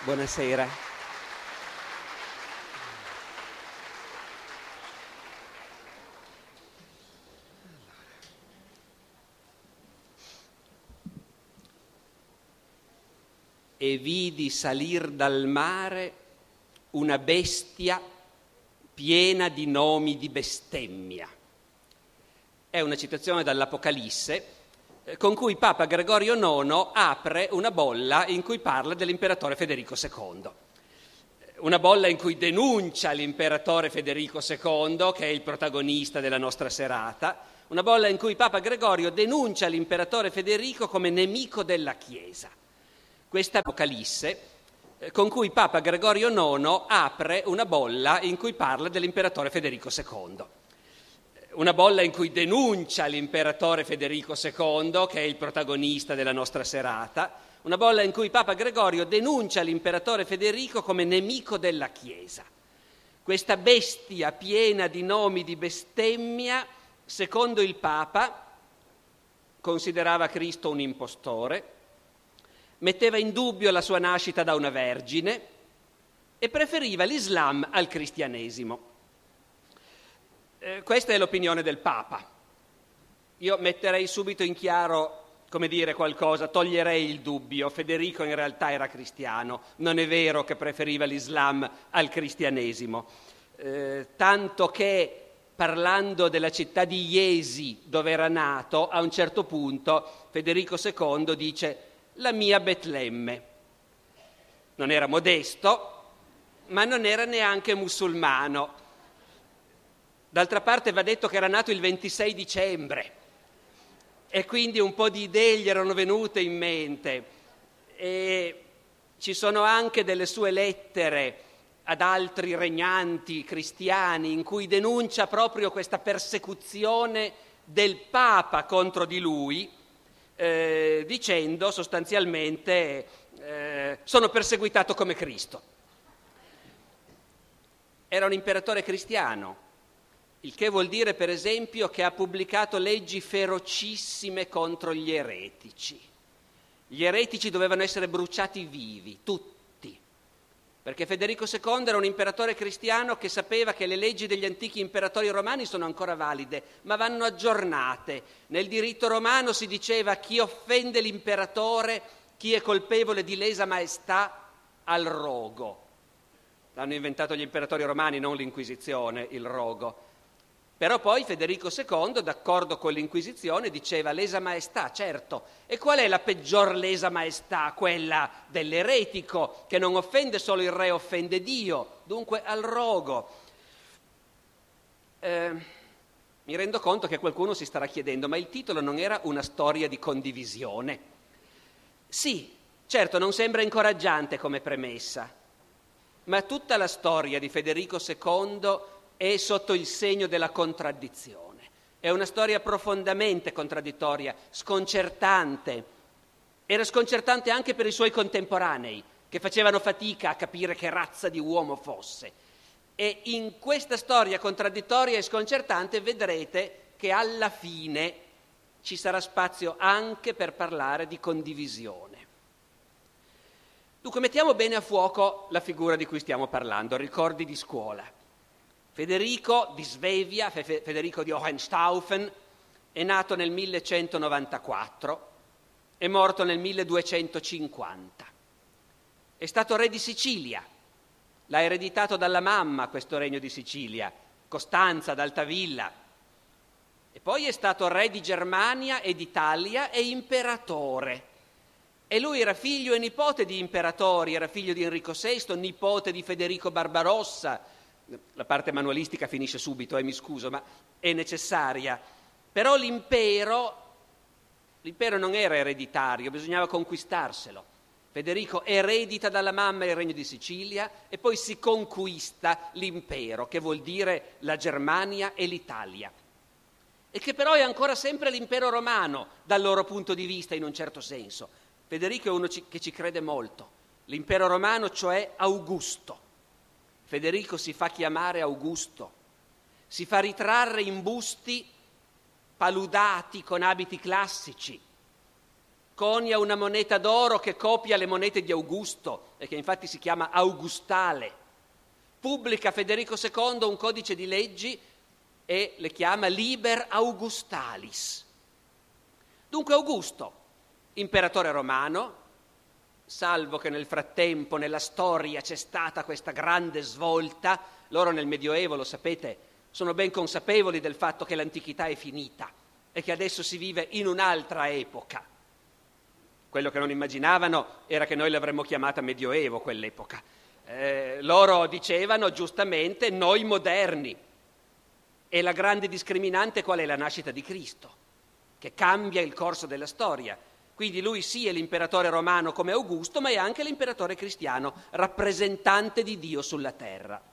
Buonasera. E vidi salir dal mare una bestia piena di nomi di bestemmia. È una citazione dall'Apocalisse con cui Papa Gregorio IX apre una bolla in cui parla dell'imperatore Federico II. Una bolla in cui denuncia l'imperatore Federico II, che è il protagonista della nostra serata, una bolla in cui Papa Gregorio denuncia l'imperatore Federico come nemico della Chiesa. Questa Apocalisse con cui Papa Gregorio IX apre una bolla in cui parla dell'imperatore Federico II. Una bolla in cui denuncia l'imperatore Federico II, che è il protagonista della nostra serata, una bolla in cui Papa Gregorio denuncia l'imperatore Federico come nemico della Chiesa. Questa bestia piena di nomi di bestemmia, secondo il Papa, considerava Cristo un impostore, metteva in dubbio la sua nascita da una vergine e preferiva l'Islam al cristianesimo. Questa è l'opinione del Papa. Io metterei subito in chiaro, qualcosa, toglierei il dubbio. Federico in realtà era cristiano, non è vero che preferiva l'Islam al cristianesimo. Tanto che, parlando della città di Jesi, dove era nato, a un certo punto Federico II dice: la mia Betlemme. Non era modesto, ma non era neanche musulmano. D'altra parte va detto che era nato il 26 dicembre e quindi un po' di idee gli erano venute in mente. E ci sono anche delle sue lettere ad altri regnanti cristiani in cui denuncia proprio questa persecuzione del Papa contro di lui, dicendo sostanzialmente sono perseguitato come Cristo. Era un imperatore cristiano, il che vuol dire, per esempio, che ha pubblicato leggi ferocissime contro gli eretici. Gli eretici dovevano essere bruciati vivi, tutti, perché Federico II era un imperatore cristiano che sapeva che le leggi degli antichi imperatori romani sono ancora valide, ma vanno aggiornate. Nel diritto romano si diceva: chi offende l'imperatore, chi è colpevole di lesa maestà, al rogo. L'hanno inventato gli imperatori romani, non l'Inquisizione, il rogo. Però poi Federico II, d'accordo con l'Inquisizione, diceva lesa maestà, certo. E qual è la peggior lesa maestà? Quella dell'eretico, che non offende solo il re, offende Dio, dunque al rogo. Mi rendo conto che qualcuno si starà chiedendo: ma il titolo non era una storia di condivisione? Sì, certo, non sembra incoraggiante come premessa, ma tutta la storia di Federico II è sotto il segno della contraddizione. È una storia profondamente contraddittoria, sconcertante. Era sconcertante anche per i suoi contemporanei, che facevano fatica a capire che razza di uomo fosse. E in questa storia contraddittoria e sconcertante vedrete che alla fine ci sarà spazio anche per parlare di condivisione. Dunque, mettiamo bene a fuoco la figura di cui stiamo parlando, ricordi di scuola. Federico di Svevia, Federico di Hohenstaufen, è nato nel 1194, è morto nel 1250. È stato re di Sicilia, l'ha ereditato dalla mamma questo regno di Sicilia, Costanza d'Altavilla. E poi è stato re di Germania e d'Italia e imperatore. E lui era figlio e nipote di imperatori, era figlio di Enrico VI, nipote di Federico Barbarossa. La parte manualistica finisce subito, mi scuso, ma è necessaria. Però l'impero non era ereditario, bisognava conquistarselo. Federico eredita dalla mamma il regno di Sicilia e poi si conquista l'impero, che vuol dire la Germania e l'Italia. E che però è ancora sempre l'impero romano, dal loro punto di vista, in un certo senso. Federico è uno che ci crede molto. L'impero romano, cioè Augusto. Federico si fa chiamare Augusto, si fa ritrarre in busti paludati con abiti classici. Conia una moneta d'oro che copia le monete di Augusto e che infatti si chiama augustale. Pubblica Federico II un codice di leggi e le chiama Liber Augustalis. Dunque Augusto, imperatore romano, salvo che nel frattempo nella storia c'è stata questa grande svolta, loro nel Medioevo, lo sapete, sono ben consapevoli del fatto che l'antichità è finita e che adesso si vive in un'altra epoca. Quello che non immaginavano era che noi l'avremmo chiamata Medioevo quell'epoca. Loro dicevano giustamente noi moderni. E la grande discriminante qual è? La nascita di Cristo, che cambia il corso della storia. Quindi lui sì è l'imperatore romano come Augusto, ma è anche l'imperatore cristiano, rappresentante di Dio sulla terra.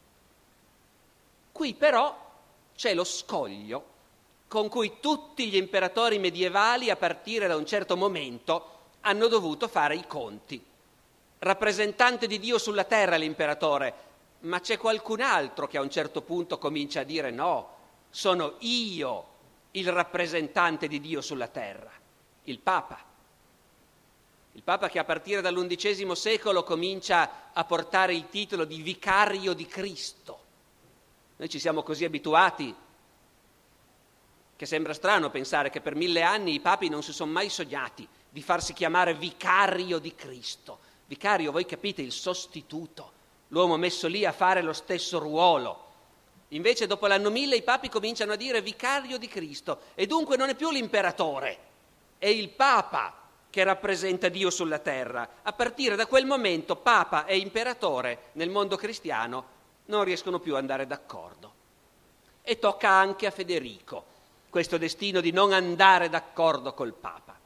Qui però c'è lo scoglio con cui tutti gli imperatori medievali, a partire da un certo momento, hanno dovuto fare i conti. Rappresentante di Dio sulla terra l'imperatore, ma c'è qualcun altro che a un certo punto comincia a dire no, sono io il rappresentante di Dio sulla terra, il Papa. Il Papa che a partire dall'undicesimo secolo comincia a portare il titolo di vicario di Cristo. Noi ci siamo così abituati che sembra strano pensare che per 1000 anni i papi non si sono mai sognati di farsi chiamare vicario di Cristo. Vicario, voi capite, il sostituto, l'uomo messo lì a fare lo stesso ruolo. Invece dopo l'anno 1000 i papi cominciano a dire vicario di Cristo e dunque non è più l'imperatore, è il Papa che rappresenta Dio sulla terra. A partire da quel momento Papa e imperatore nel mondo cristiano non riescono più ad andare d'accordo. E tocca anche a Federico questo destino di non andare d'accordo col Papa.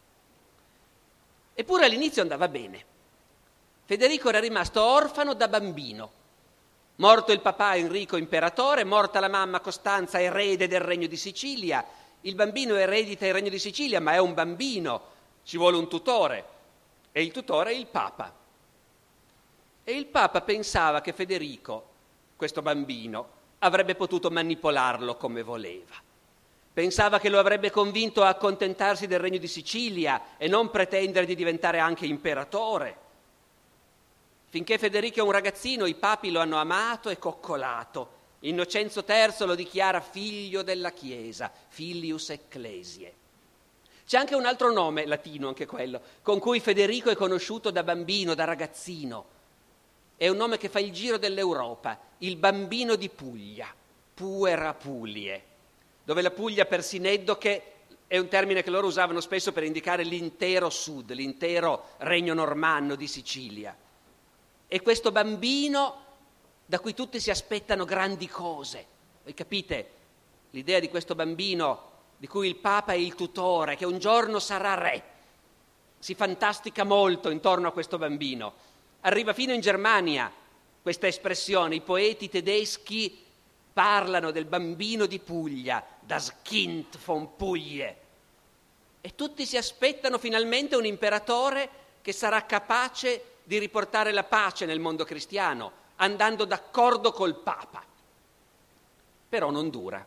Eppure all'inizio andava bene. Federico era rimasto orfano da bambino. Morto il papà Enrico imperatore, morta la mamma Costanza erede del Regno di Sicilia, il bambino eredita il Regno di Sicilia, ma è un bambino, ci vuole un tutore, e il tutore è il Papa. E il Papa pensava che Federico, questo bambino, avrebbe potuto manipolarlo come voleva. Pensava che lo avrebbe convinto a accontentarsi del Regno di Sicilia e non pretendere di diventare anche imperatore. Finché Federico è un ragazzino, i papi lo hanno amato e coccolato. Innocenzo III lo dichiara figlio della Chiesa, filius ecclesiae. C'è anche un altro nome, latino anche quello, con cui Federico è conosciuto da bambino, da ragazzino. È un nome che fa il giro dell'Europa, il bambino di Puglia, puer Apulie, dove la Puglia per sineddoche è un termine che loro usavano spesso per indicare l'intero sud, l'intero regno normanno di Sicilia. E questo bambino da cui tutti si aspettano grandi cose. Voi capite l'idea di questo bambino di cui il Papa è il tutore, che un giorno sarà re. Si fantastica molto intorno a questo bambino. Arriva fino in Germania questa espressione. I poeti tedeschi parlano del bambino di Puglia, das Kind von Puglie. E tutti si aspettano finalmente un imperatore che sarà capace di riportare la pace nel mondo cristiano, andando d'accordo col Papa. Però non dura.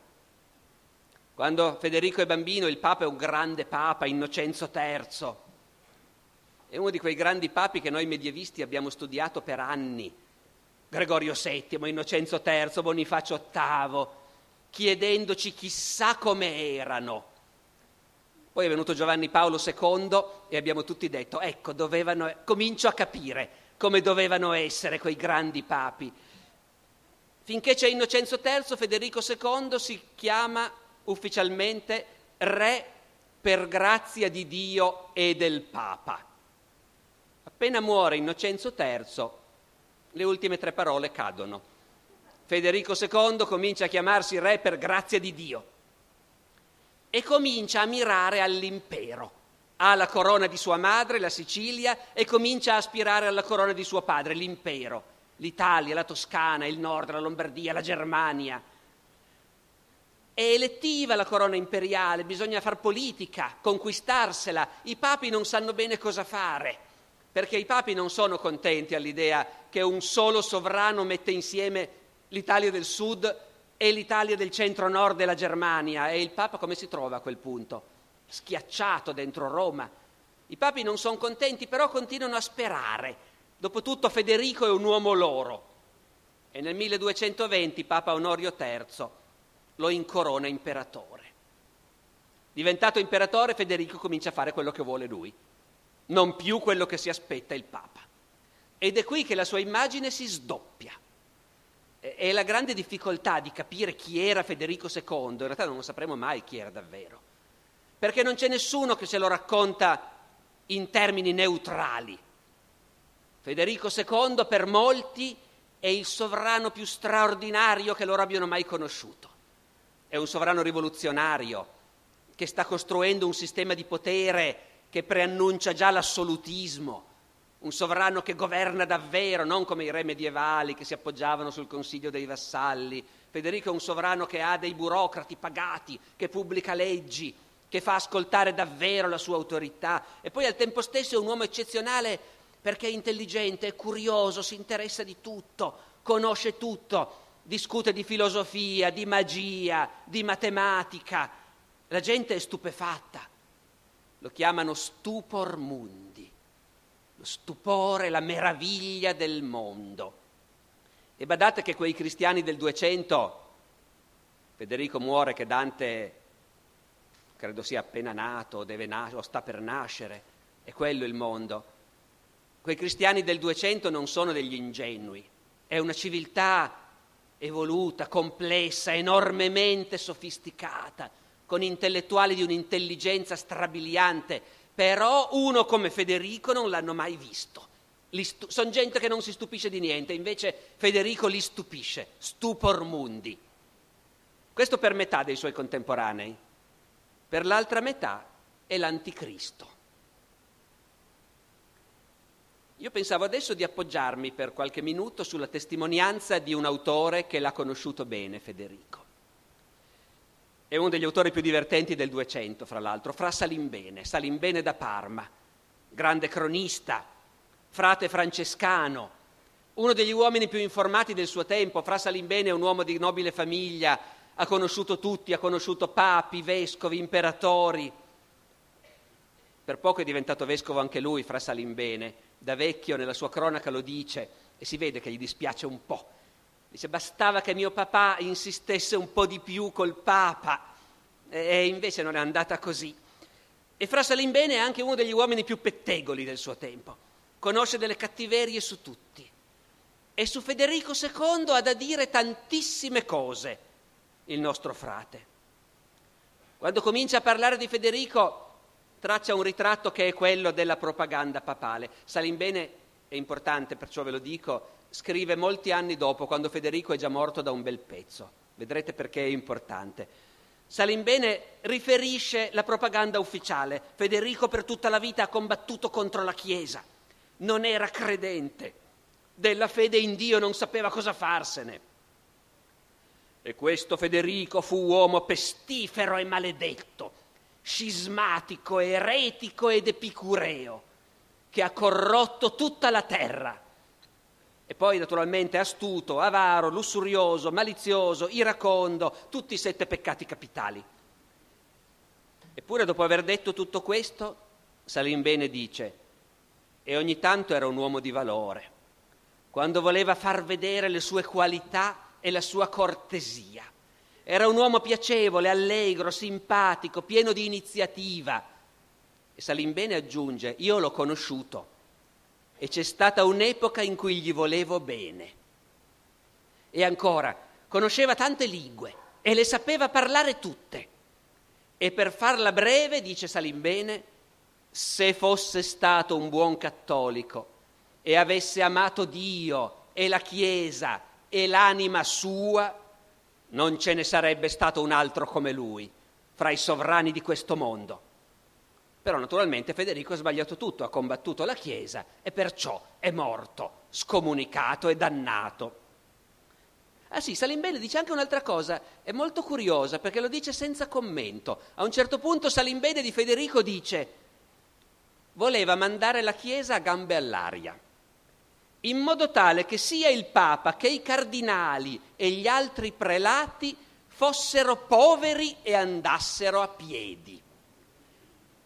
Quando Federico è bambino, il Papa è un grande Papa, Innocenzo III. È uno di quei grandi papi che noi medievisti abbiamo studiato per anni. Gregorio VII, Innocenzo III, Bonifacio VIII, chiedendoci chissà come erano. Poi è venuto Giovanni Paolo II e abbiamo tutti detto, ecco, comincio a capire come dovevano essere quei grandi papi. Finché c'è Innocenzo III, Federico II si chiama ufficialmente re per grazia di Dio e del Papa. Appena muore Innocenzo III, le ultime 3 parole cadono. Federico II comincia a chiamarsi re per grazia di Dio e comincia a mirare all'impero. Ha la corona di sua madre, la Sicilia, e comincia a aspirare alla corona di suo padre, l'impero, l'Italia, la Toscana, il Nord, la Lombardia, la Germania. È elettiva la corona imperiale, bisogna far politica, conquistarsela. I papi non sanno bene cosa fare, perché i papi non sono contenti all'idea che un solo sovrano mette insieme l'Italia del Sud e l'Italia del centro-nord della Germania. E il Papa come si trova a quel punto? Schiacciato dentro Roma. I papi non sono contenti, però continuano a sperare. Dopotutto Federico è un uomo loro. E nel 1220 Papa Onorio III lo incorona imperatore. Diventato imperatore, Federico comincia a fare quello che vuole lui, non più quello che si aspetta il Papa. Ed è qui che la sua immagine si sdoppia. È la grande difficoltà di capire chi era Federico II, in realtà non lo sapremo mai chi era davvero, perché non c'è nessuno che se lo racconta in termini neutrali. Federico II per molti è il sovrano più straordinario che loro abbiano mai conosciuto. È un sovrano rivoluzionario che sta costruendo un sistema di potere che preannuncia già l'assolutismo, un sovrano che governa davvero, non come i re medievali che si appoggiavano sul consiglio dei vassalli. Federico è un sovrano che ha dei burocrati pagati, che pubblica leggi, che fa ascoltare davvero la sua autorità, e poi al tempo stesso è un uomo eccezionale perché è intelligente, è curioso, si interessa di tutto, conosce tutto, discute di filosofia, di magia, di matematica. La gente è stupefatta, lo chiamano stupor mundi, lo stupore, la meraviglia del mondo. E badate che quei cristiani del 200, Federico muore che Dante credo sia appena nato, o sta per nascere, è quello il mondo. Quei cristiani del 200 non sono degli ingenui, è una civiltà evoluta, complessa, enormemente sofisticata, con intellettuali di un'intelligenza strabiliante, però uno come Federico non l'hanno mai visto. Sono gente che non si stupisce di niente, invece Federico li stupisce, stupor mundi. Questo per metà dei suoi contemporanei. Per l'altra metà è l'anticristo. Io pensavo adesso di appoggiarmi per qualche minuto sulla testimonianza di un autore che l'ha conosciuto bene, Federico. È uno degli autori più divertenti del 200, fra l'altro, Fra Salimbene da Parma, grande cronista, frate francescano, uno degli uomini più informati del suo tempo. Fra Salimbene è un uomo di nobile famiglia, ha conosciuto tutti, ha conosciuto papi, vescovi, imperatori. Per poco è diventato vescovo anche lui, Fra Salimbene. Da vecchio nella sua cronaca lo dice, e si vede che gli dispiace un po'. Dice: bastava che mio papà insistesse un po' di più col Papa, e invece non è andata così. E Fra Salimbene è anche uno degli uomini più pettegoli del suo tempo, conosce delle cattiverie su tutti. E su Federico II ha da dire tantissime cose il nostro frate. Quando comincia a parlare di Federico traccia un ritratto che è quello della propaganda papale. Salimbene è importante, perciò ve lo dico, scrive molti anni dopo, quando Federico è già morto da un bel pezzo. Vedrete perché è importante. Salimbene riferisce la propaganda ufficiale. Federico per tutta la vita ha combattuto contro la Chiesa, non era credente, della fede in Dio non sapeva cosa farsene. E questo Federico fu uomo pestifero e maledetto, scismatico, eretico ed epicureo, che ha corrotto tutta la terra. E poi naturalmente astuto, avaro, lussurioso, malizioso, iracondo, tutti i 7 peccati capitali. Eppure dopo aver detto tutto questo, Salimbene dice: e ogni tanto era un uomo di valore, quando voleva far vedere le sue qualità e la sua cortesia. Era un uomo piacevole, allegro, simpatico, pieno di iniziativa. E Salimbene aggiunge: io l'ho conosciuto e c'è stata un'epoca in cui gli volevo bene. E ancora, conosceva tante lingue e le sapeva parlare tutte. E per farla breve, dice Salimbene, se fosse stato un buon cattolico e avesse amato Dio e la Chiesa e l'anima sua, non ce ne sarebbe stato un altro come lui fra i sovrani di questo mondo. Però naturalmente Federico ha sbagliato tutto, ha combattuto la Chiesa e perciò è morto, scomunicato e dannato. Ah sì, Salimbene dice anche un'altra cosa, è molto curiosa perché lo dice senza commento. A un certo punto Salimbene di Federico dice: voleva mandare la Chiesa a gambe all'aria, in modo tale che sia il Papa che i cardinali e gli altri prelati fossero poveri e andassero a piedi. E uno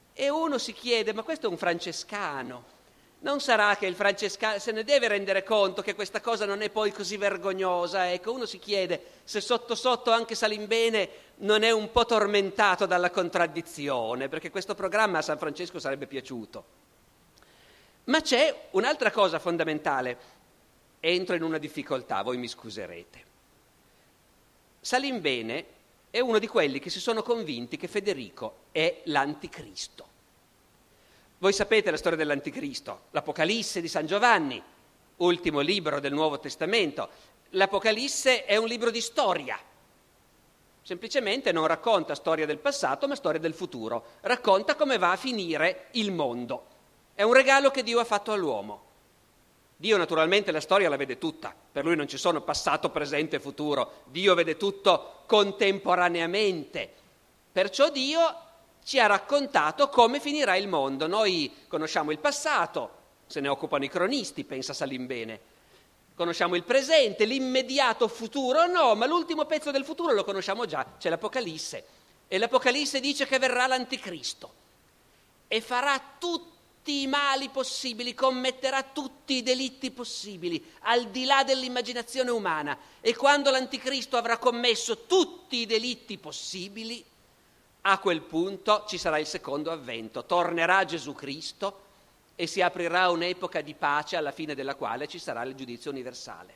uno si chiede, ma questo è un francescano, non sarà che il francescano se ne deve rendere conto che questa cosa non è poi così vergognosa? Ecco, uno si chiede se sotto sotto anche Salimbene non è un po' tormentato dalla contraddizione, perché questo programma a San Francesco sarebbe piaciuto. Ma c'è un'altra cosa fondamentale, entro in una difficoltà, voi mi scuserete. Salimbene è uno di quelli che si sono convinti che Federico è l'anticristo. Voi sapete la storia dell'anticristo, l'Apocalisse di San Giovanni, ultimo libro del Nuovo Testamento. L'Apocalisse è un libro di storia, semplicemente non racconta storia del passato, ma storia del futuro, racconta come va a finire il mondo. È un regalo che Dio ha fatto all'uomo. Dio naturalmente la storia la vede tutta, per lui non ci sono passato, presente e futuro, Dio vede tutto contemporaneamente. Perciò Dio ci ha raccontato come finirà il mondo. Noi conosciamo il passato, se ne occupano i cronisti, pensa Salimbene. Conosciamo il presente, l'immediato futuro no, ma l'ultimo pezzo del futuro lo conosciamo già, c'è l'Apocalisse. E l'Apocalisse dice che verrà l'anticristo e farà tutti i mali possibili, commetterà tutti i delitti possibili, al di là dell'immaginazione umana. E quando l'anticristo avrà commesso tutti i delitti possibili, a quel punto ci sarà il secondo avvento, tornerà Gesù Cristo e si aprirà un'epoca di pace alla fine della quale ci sarà il giudizio universale.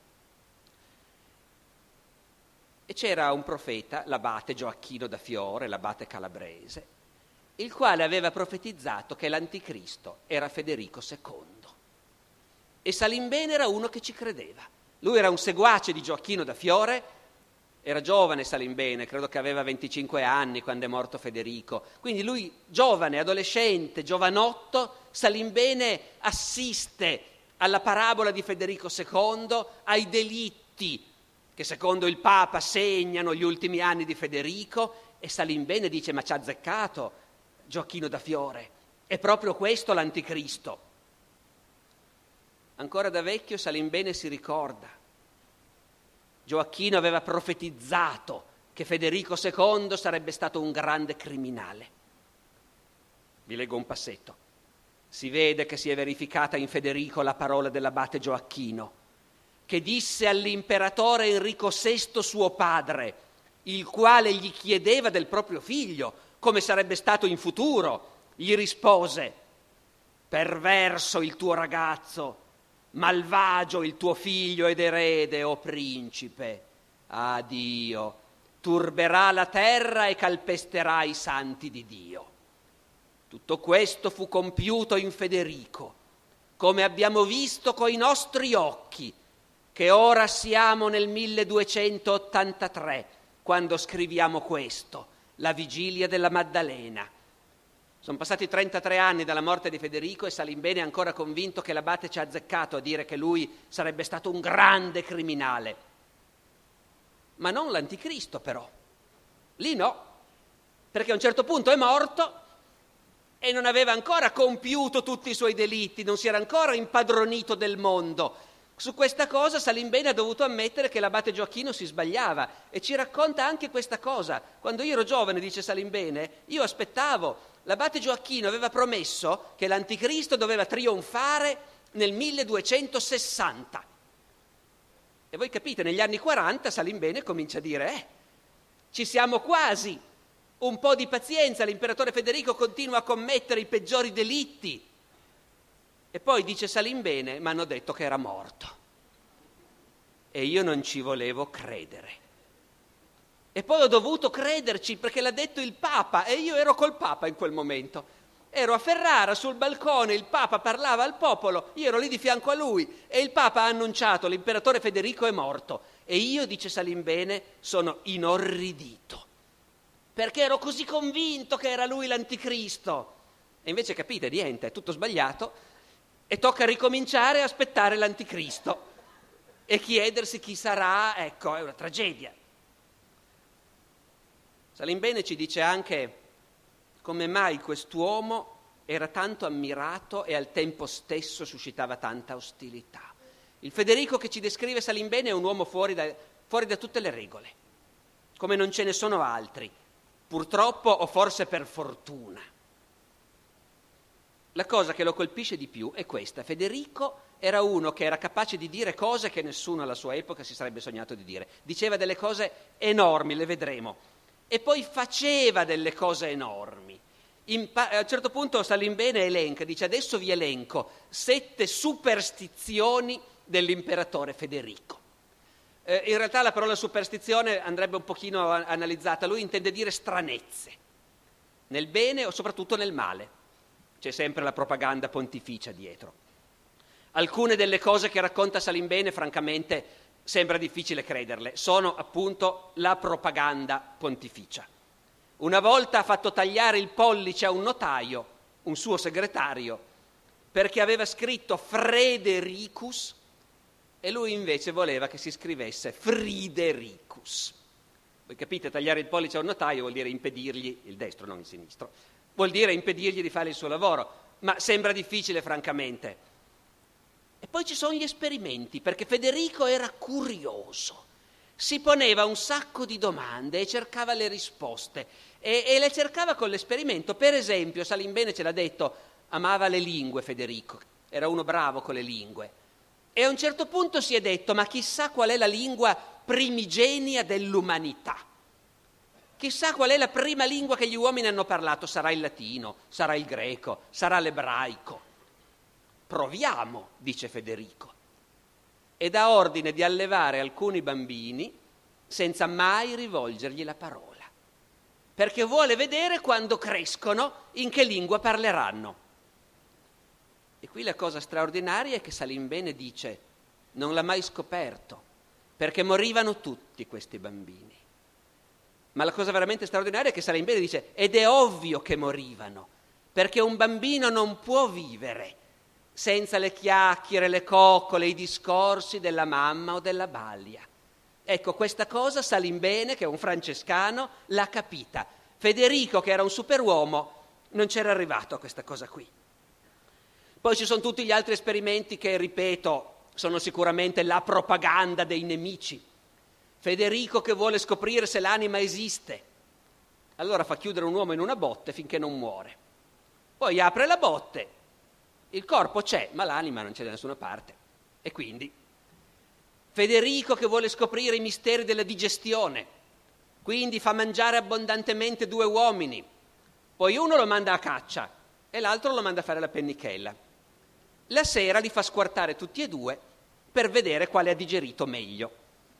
E c'era un profeta, l'abate Gioacchino da Fiore, l'abate calabrese, il quale aveva profetizzato che l'anticristo era Federico II. E Salimbene era uno che ci credeva. Lui era un seguace di Gioacchino da Fiore, era giovane Salimbene, credo che aveva 25 anni quando è morto Federico. Quindi lui, giovane, adolescente, giovanotto, Salimbene assiste alla parabola di Federico II, ai delitti che secondo il Papa segnano gli ultimi anni di Federico, e Salimbene dice: ma ci ha azzeccato Gioacchino da Fiore, è proprio questo l'anticristo. Ancora da vecchio Salimbene si ricorda. Gioacchino aveva profetizzato che Federico II sarebbe stato un grande criminale. Vi leggo un passetto. Si vede che si è verificata in Federico la parola dell'abate Gioacchino, che disse all'imperatore Enrico VI suo padre, il quale gli chiedeva del proprio figlio come sarebbe stato in futuro, gli rispose: perverso il tuo ragazzo, malvagio il tuo figlio ed erede, o principe. Ah, Dio turberà la terra e calpesterà i santi di Dio. Tutto questo fu compiuto in Federico, come abbiamo visto coi nostri occhi, che ora siamo nel 1283, quando scriviamo questo, la vigilia della Maddalena. Sono passati 33 anni dalla morte di Federico e Salimbene è ancora convinto che l'abate ci ha azzeccato a dire che lui sarebbe stato un grande criminale. Ma non l'anticristo però. Lì no, perché a un certo punto è morto e non aveva ancora compiuto tutti i suoi delitti, non si era ancora impadronito del mondo. Su questa cosa Salimbene ha dovuto ammettere che l'abate Gioacchino si sbagliava e ci racconta anche questa cosa. Quando io ero giovane, dice Salimbene, io aspettavo. L'abate Gioacchino aveva promesso che l'anticristo doveva trionfare nel 1260. E voi capite, negli anni 40 Salimbene comincia a dire ci siamo quasi, un po' di pazienza, l'imperatore Federico continua a commettere i peggiori delitti. E poi dice Salimbene: mi hanno detto che era morto. E io non ci volevo credere. E poi ho dovuto crederci perché l'ha detto il Papa e io ero col Papa in quel momento. Ero a Ferrara sul balcone, il Papa parlava al popolo, io ero lì di fianco a lui e il Papa ha annunciato: l'imperatore Federico è morto. E io, dice Salimbene, sono inorridito perché ero così convinto che era lui l'anticristo. E invece capite, niente, è tutto sbagliato e tocca ricominciare a aspettare l'anticristo e chiedersi chi sarà. Ecco, è una tragedia. Salimbene ci dice anche come mai quest'uomo era tanto ammirato e al tempo stesso suscitava tanta ostilità. Il Federico che ci descrive Salimbene è un uomo fuori da tutte le regole, come non ce ne sono altri, purtroppo o forse per fortuna. la cosa che lo colpisce di più è questa: Federico era uno che era capace di dire cose che nessuno alla sua epoca si sarebbe sognato di dire. Diceva delle cose enormi, le vedremo, e poi faceva delle cose enormi. A un certo punto Salimbene elenca, dice: adesso vi elenco 7 superstizioni dell'imperatore Federico. In realtà la parola superstizione andrebbe un pochino analizzata. Lui intende dire stranezze, nel bene o soprattutto nel male. C'è sempre la propaganda pontificia dietro. Alcune delle cose che racconta Salimbene, francamente, sembra difficile crederle. Sono appunto la propaganda pontificia. Una volta ha fatto tagliare il pollice a un notaio, un suo segretario, perché aveva scritto Fredericus e lui invece voleva che si scrivesse Fridericus. Voi capite, tagliare il pollice a un notaio vuol dire impedirgli, il destro non il sinistro, vuol dire impedirgli di fare il suo lavoro, ma sembra difficile francamente. E poi ci sono gli esperimenti, perché Federico era curioso, si poneva un sacco di domande e cercava le risposte, e le cercava con l'esperimento. Per esempio, Salimbene ce l'ha detto, amava le lingue Federico, era uno bravo con le lingue, e a un certo punto si è detto: ma chissà qual è la lingua primigenia dell'umanità, chissà qual è la prima lingua che gli uomini hanno parlato, sarà il latino, sarà il greco, sarà l'ebraico. Proviamo, dice Federico, e dà ordine di allevare alcuni bambini senza mai rivolgergli la parola, perché vuole vedere quando crescono in che lingua parleranno. E qui la cosa straordinaria è che Salimbene dice: non l'ha mai scoperto, perché morivano tutti questi bambini. Ma la cosa veramente straordinaria è che Salimbene dice: ed è ovvio che morivano, perché un bambino non può vivere senza le chiacchiere, le coccole, i discorsi della mamma o della balia. Ecco, questa cosa Salimbene, che è un francescano, l'ha capita. Federico, che era un superuomo, non c'era arrivato a questa cosa qui. Poi ci sono tutti gli altri esperimenti che, ripeto, sono sicuramente la propaganda dei nemici. Federico che vuole scoprire se l'anima esiste. Allora fa chiudere un uomo in una botte finché non muore. Poi apre la botte, il corpo c'è, ma l'anima non c'è da nessuna parte. E quindi Federico che vuole scoprire i misteri della digestione, quindi fa mangiare abbondantemente 2 uomini, poi uno lo manda a caccia e l'altro lo manda a fare la pennichella. La sera li fa squartare tutti e 2 per vedere quale ha digerito meglio.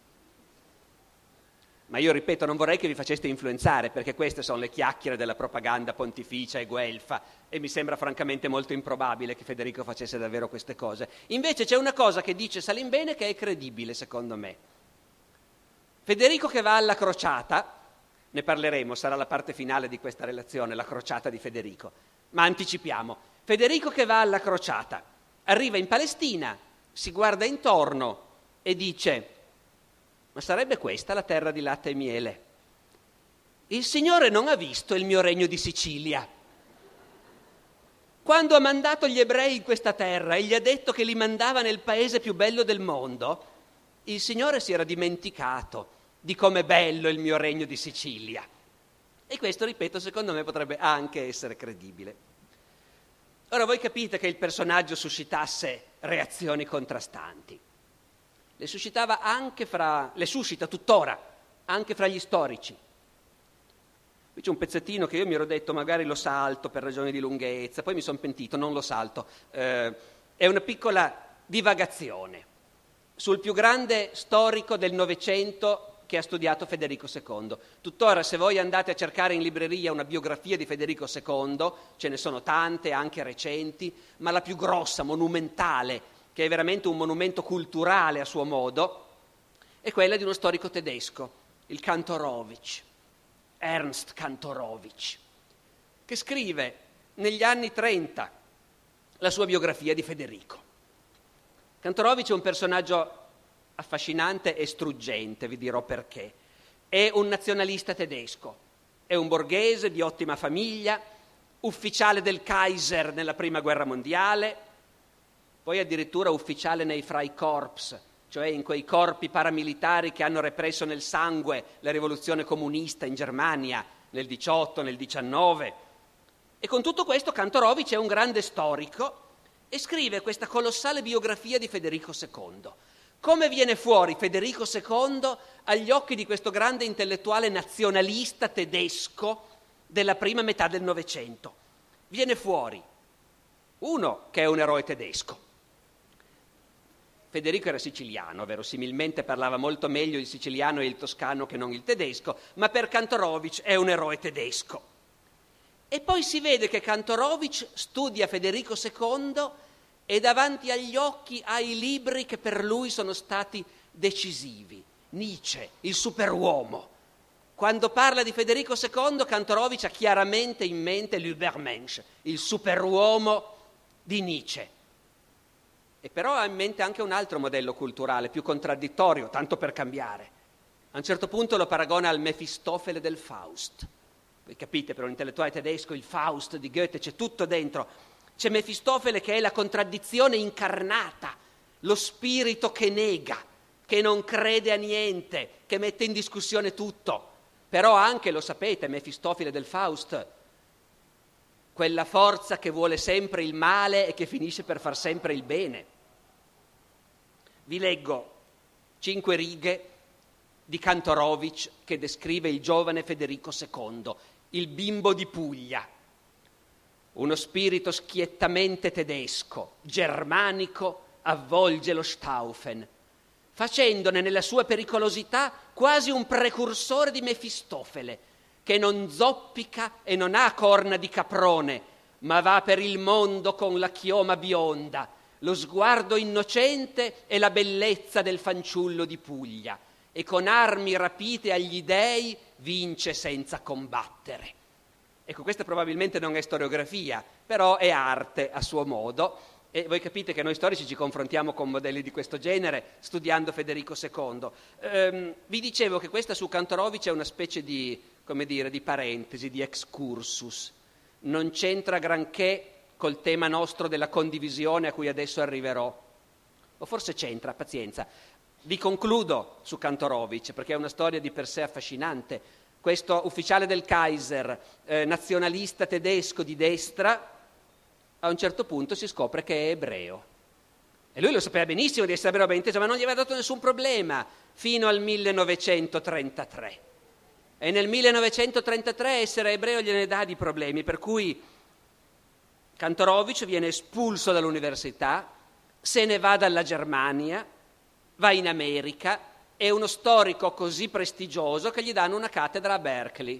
Ma io ripeto, non vorrei che vi faceste influenzare, perché queste sono le chiacchiere della propaganda pontificia e guelfa, e mi sembra francamente molto improbabile che Federico facesse davvero queste cose. Invece c'è una cosa che dice Salimbene che è credibile, secondo me. Federico che va alla crociata, ne parleremo, sarà la parte finale di questa relazione, la crociata di Federico, ma anticipiamo. Federico che va alla crociata, arriva in Palestina, si guarda intorno e dice: ma sarebbe questa la terra di latte e miele? Il Signore non ha visto il mio regno di Sicilia. Quando ha mandato gli ebrei in questa terra e gli ha detto che li mandava nel paese più bello del mondo, il Signore si era dimenticato di com'è bello il mio regno di Sicilia. E questo, ripeto, secondo me potrebbe anche essere credibile. Ora voi capite che il personaggio suscitasse reazioni contrastanti. Le suscita tuttora, anche fra gli storici. Qui c'è un pezzettino che io mi ero detto magari lo salto per ragioni di lunghezza, poi mi sono pentito, non lo salto. È una piccola divagazione sul più grande storico del Novecento che ha studiato Federico II. Tuttora, se voi andate a cercare in libreria una biografia di Federico II, ce ne sono tante, anche recenti, ma la più grossa, monumentale, che è veramente un monumento culturale a suo modo, è quella di uno storico tedesco, il Kantorowicz, Ernst Kantorowicz, che scrive negli anni 30 la sua biografia di Federico. Kantorowicz è un personaggio affascinante e struggente, vi dirò perché. È un nazionalista tedesco, è un borghese di ottima famiglia, ufficiale del Kaiser nella Prima Guerra Mondiale, poi addirittura ufficiale nei Freikorps, cioè in quei corpi paramilitari che hanno represso nel sangue la rivoluzione comunista in Germania nel 18, nel 19. E con tutto questo Kantorowicz è un grande storico e scrive questa colossale biografia di Federico II. Come viene fuori Federico II agli occhi di questo grande intellettuale nazionalista tedesco della prima metà del Novecento? Viene fuori uno che è un eroe tedesco. Federico era siciliano, verosimilmente parlava molto meglio il siciliano e il toscano che non il tedesco, ma per Kantorowicz è un eroe tedesco. E poi si vede che Kantorowicz studia Federico II e davanti agli occhi ha i libri che per lui sono stati decisivi. Nietzsche, il superuomo. Quando parla di Federico II, Kantorowicz ha chiaramente in mente l'Übermensch, il superuomo di Nietzsche. E però ha in mente anche un altro modello culturale, più contraddittorio, tanto per cambiare. A un certo punto lo paragona al Mefistofele del Faust. Voi capite, per un intellettuale tedesco il Faust di Goethe c'è tutto dentro. C'è Mefistofele che è la contraddizione incarnata, lo spirito che nega, che non crede a niente, che mette in discussione tutto. Però anche, lo sapete, Mefistofele del Faust, quella forza che vuole sempre il male e che finisce per far sempre il bene. Vi leggo 5 righe di Kantorowicz che descrive il giovane Federico II, il bimbo di Puglia. Uno spirito schiettamente tedesco, germanico, avvolge lo Staufen, facendone nella sua pericolosità quasi un precursore di Mefistofele, che non zoppica e non ha corna di caprone, ma va per il mondo con la chioma bionda, lo sguardo innocente e la bellezza del fanciullo di Puglia, e con armi rapite agli dèi vince senza combattere. Ecco, questa probabilmente non è storiografia, però è arte a suo modo, e voi capite che noi storici ci confrontiamo con modelli di questo genere studiando Federico II. Vi dicevo che questa su Kantorowicz è una specie di, come dire, di parentesi, di excursus. Non c'entra granché col tema nostro della condivisione a cui adesso arriverò. O forse c'entra, pazienza. Vi concludo su Kantorowicz, perché è una storia di per sé affascinante. Questo ufficiale del Kaiser, nazionalista tedesco di destra, a un certo punto si scopre che è ebreo. E lui lo sapeva benissimo di essere ebreo, ben inteso, ma non gli aveva dato nessun problema fino al 1933. E nel 1933 essere ebreo gliene dà di problemi, per cui Kantorowicz viene espulso dall'università, se ne va dalla Germania, va in America, è uno storico così prestigioso che gli danno una cattedra a Berkeley.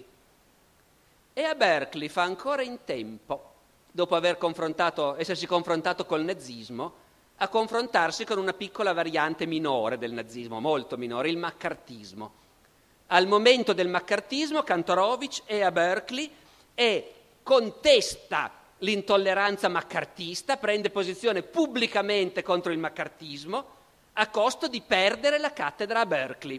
E a Berkeley fa ancora in tempo, dopo essersi confrontato col nazismo, a confrontarsi con una piccola variante minore del nazismo, molto minore, il maccartismo. Al momento del maccartismo Kantorowicz è a Berkeley e contesta l'intolleranza maccartista, prende posizione pubblicamente contro il maccartismo a costo di perdere la cattedra a Berkeley.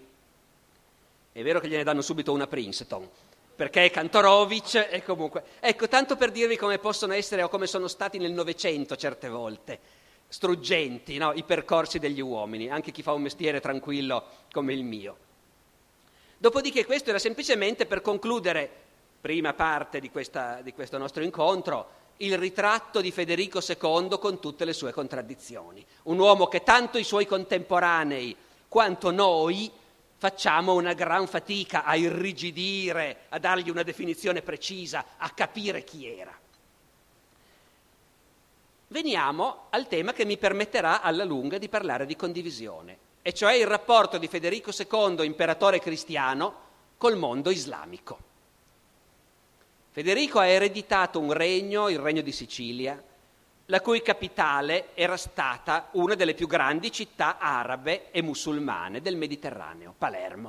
È vero che gliene danno subito una a Princeton, perché Kantorowicz è comunque... Ecco, tanto per dirvi come possono essere o come sono stati nel Novecento certe volte, struggenti, no? I percorsi degli uomini, anche chi fa un mestiere tranquillo come il mio. Dopodiché questo era semplicemente per concludere, prima parte di questo nostro incontro, il ritratto di Federico II con tutte le sue contraddizioni. Un uomo che tanto i suoi contemporanei quanto noi facciamo una gran fatica a irrigidire, a dargli una definizione precisa, a capire chi era. Veniamo al tema che mi permetterà alla lunga di parlare di condivisione, e cioè il rapporto di Federico II, imperatore cristiano, col mondo islamico. Federico ha ereditato un regno, il regno di Sicilia, la cui capitale era stata una delle più grandi città arabe e musulmane del Mediterraneo, Palermo.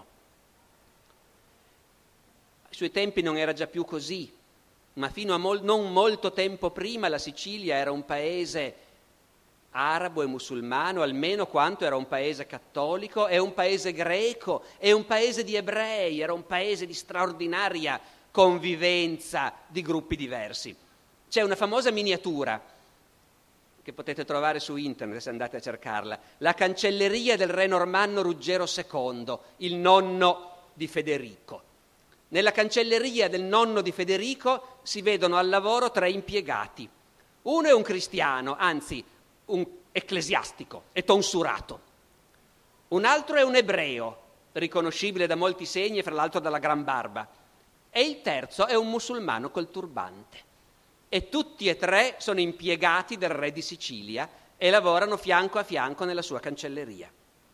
Ai suoi tempi non era già più così, ma fino a non molto tempo prima la Sicilia era un paese arabo e musulmano, almeno quanto era un paese cattolico, è un paese greco, è un paese di ebrei, era un paese di straordinaria convivenza di gruppi diversi. C'è una famosa miniatura che potete trovare su internet se andate a cercarla, la cancelleria del re normanno Ruggero II, il nonno di Federico. Nella cancelleria del nonno di Federico si vedono al lavoro 3 impiegati. Uno è un cristiano, anzi un ecclesiastico, è tonsurato. Un altro è un ebreo, riconoscibile da molti segni e fra l'altro dalla gran barba. E il terzo è un musulmano col turbante. E tutti e 3 sono impiegati del re di Sicilia e lavorano fianco a fianco nella sua cancelleria.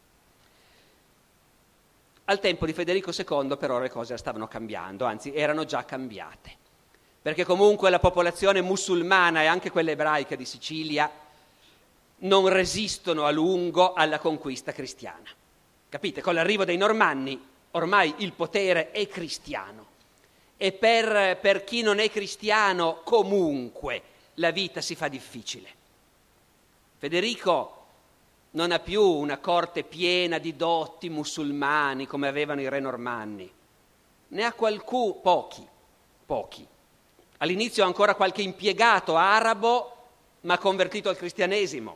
Al tempo di Federico II però le cose stavano cambiando, anzi erano già cambiate, perché comunque la popolazione musulmana e anche quella ebraica di Sicilia non resistono a lungo alla conquista cristiana. Capite? Con l'arrivo dei Normanni ormai il potere è cristiano e per chi non è cristiano comunque la vita si fa difficile. Federico non ha più una corte piena di dotti musulmani come avevano i re normanni, ne ha pochi. All'inizio ancora qualche impiegato arabo ma convertito al cristianesimo.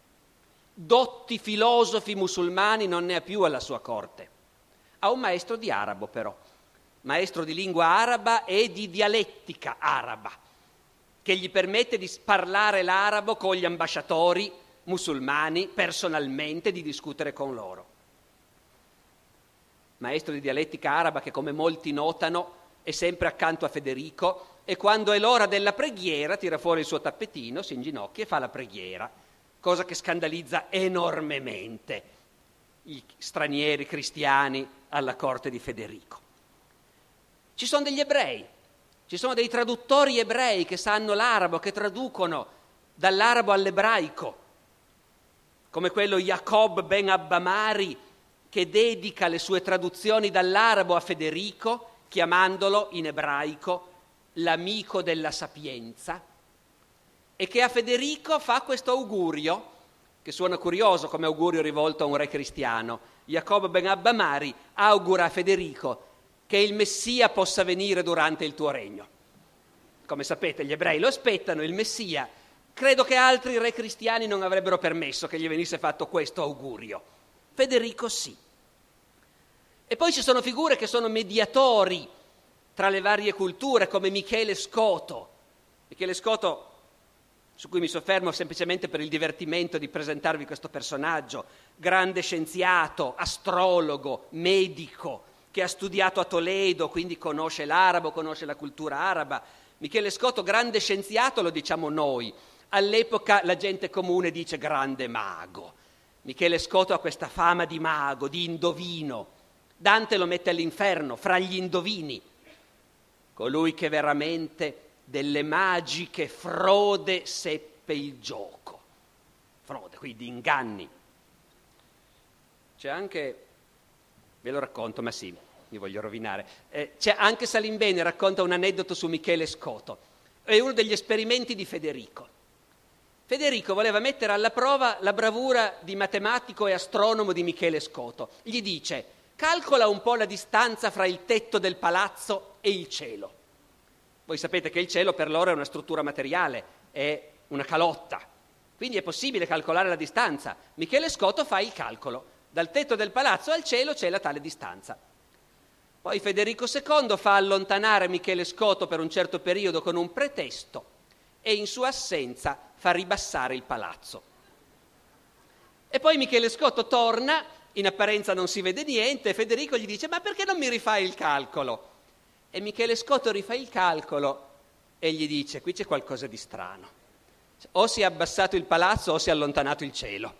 Dotti filosofi musulmani non ne ha più alla sua corte. Ha un maestro di arabo però, maestro di lingua araba e di dialettica araba, che gli permette di parlare l'arabo con gli ambasciatori musulmani personalmente, di discutere con loro. Maestro di dialettica araba che, come molti notano, è sempre accanto a Federico e quando è l'ora della preghiera tira fuori il suo tappetino, si inginocchia e fa la preghiera, cosa che scandalizza enormemente gli stranieri cristiani alla corte di Federico. Ci sono degli ebrei, ci sono dei traduttori ebrei che sanno l'arabo, che traducono dall'arabo all'ebraico, come quello Jacob ben Abbamari, che dedica le sue traduzioni dall'arabo a Federico, chiamandolo in ebraico l'amico della sapienza, e che a Federico fa questo augurio, che suona curioso come augurio rivolto a un re cristiano. Jacob ben Abbamari augura a Federico che il Messia possa venire durante il tuo regno. Come sapete, gli ebrei lo aspettano, il Messia. Credo che altri re cristiani non avrebbero permesso che gli venisse fatto questo augurio. Federico sì. E poi ci sono figure che sono mediatori tra le varie culture, come Michele Scoto. Michele Scoto, su cui mi soffermo semplicemente per il divertimento di presentarvi questo personaggio, grande scienziato, astrologo, medico, che ha studiato a Toledo, quindi conosce l'arabo, conosce la cultura araba. Michele Scoto, grande scienziato, lo diciamo noi. All'epoca la gente comune dice grande mago. Michele Scoto ha questa fama di mago, di indovino. Dante lo mette all'inferno, fra gli indovini. Colui che veramente delle magiche frode seppe il gioco. Frode, quindi inganni. C'è anche, ve lo racconto, ma sì, mi voglio rovinare. C'è anche Salimbene, racconta un aneddoto su Michele Scoto. È uno degli esperimenti di Federico. Federico voleva mettere alla prova la bravura di matematico e astronomo di Michele Scoto. Gli dice: calcola un po' la distanza fra il tetto del palazzo e il cielo. Voi sapete che il cielo per loro è una struttura materiale, è una calotta, quindi è possibile calcolare la distanza. Michele Scoto fa il calcolo, dal tetto del palazzo al cielo c'è la tale distanza. Poi Federico II fa allontanare Michele Scoto per un certo periodo con un pretesto e in sua assenza fa ribassare il palazzo. E poi Michele Scoto torna, in apparenza non si vede niente, e Federico gli dice: ma perché non mi rifai il calcolo? E Michele Scoto rifà il calcolo e gli dice: qui c'è qualcosa di strano. O si è abbassato il palazzo o si è allontanato il cielo.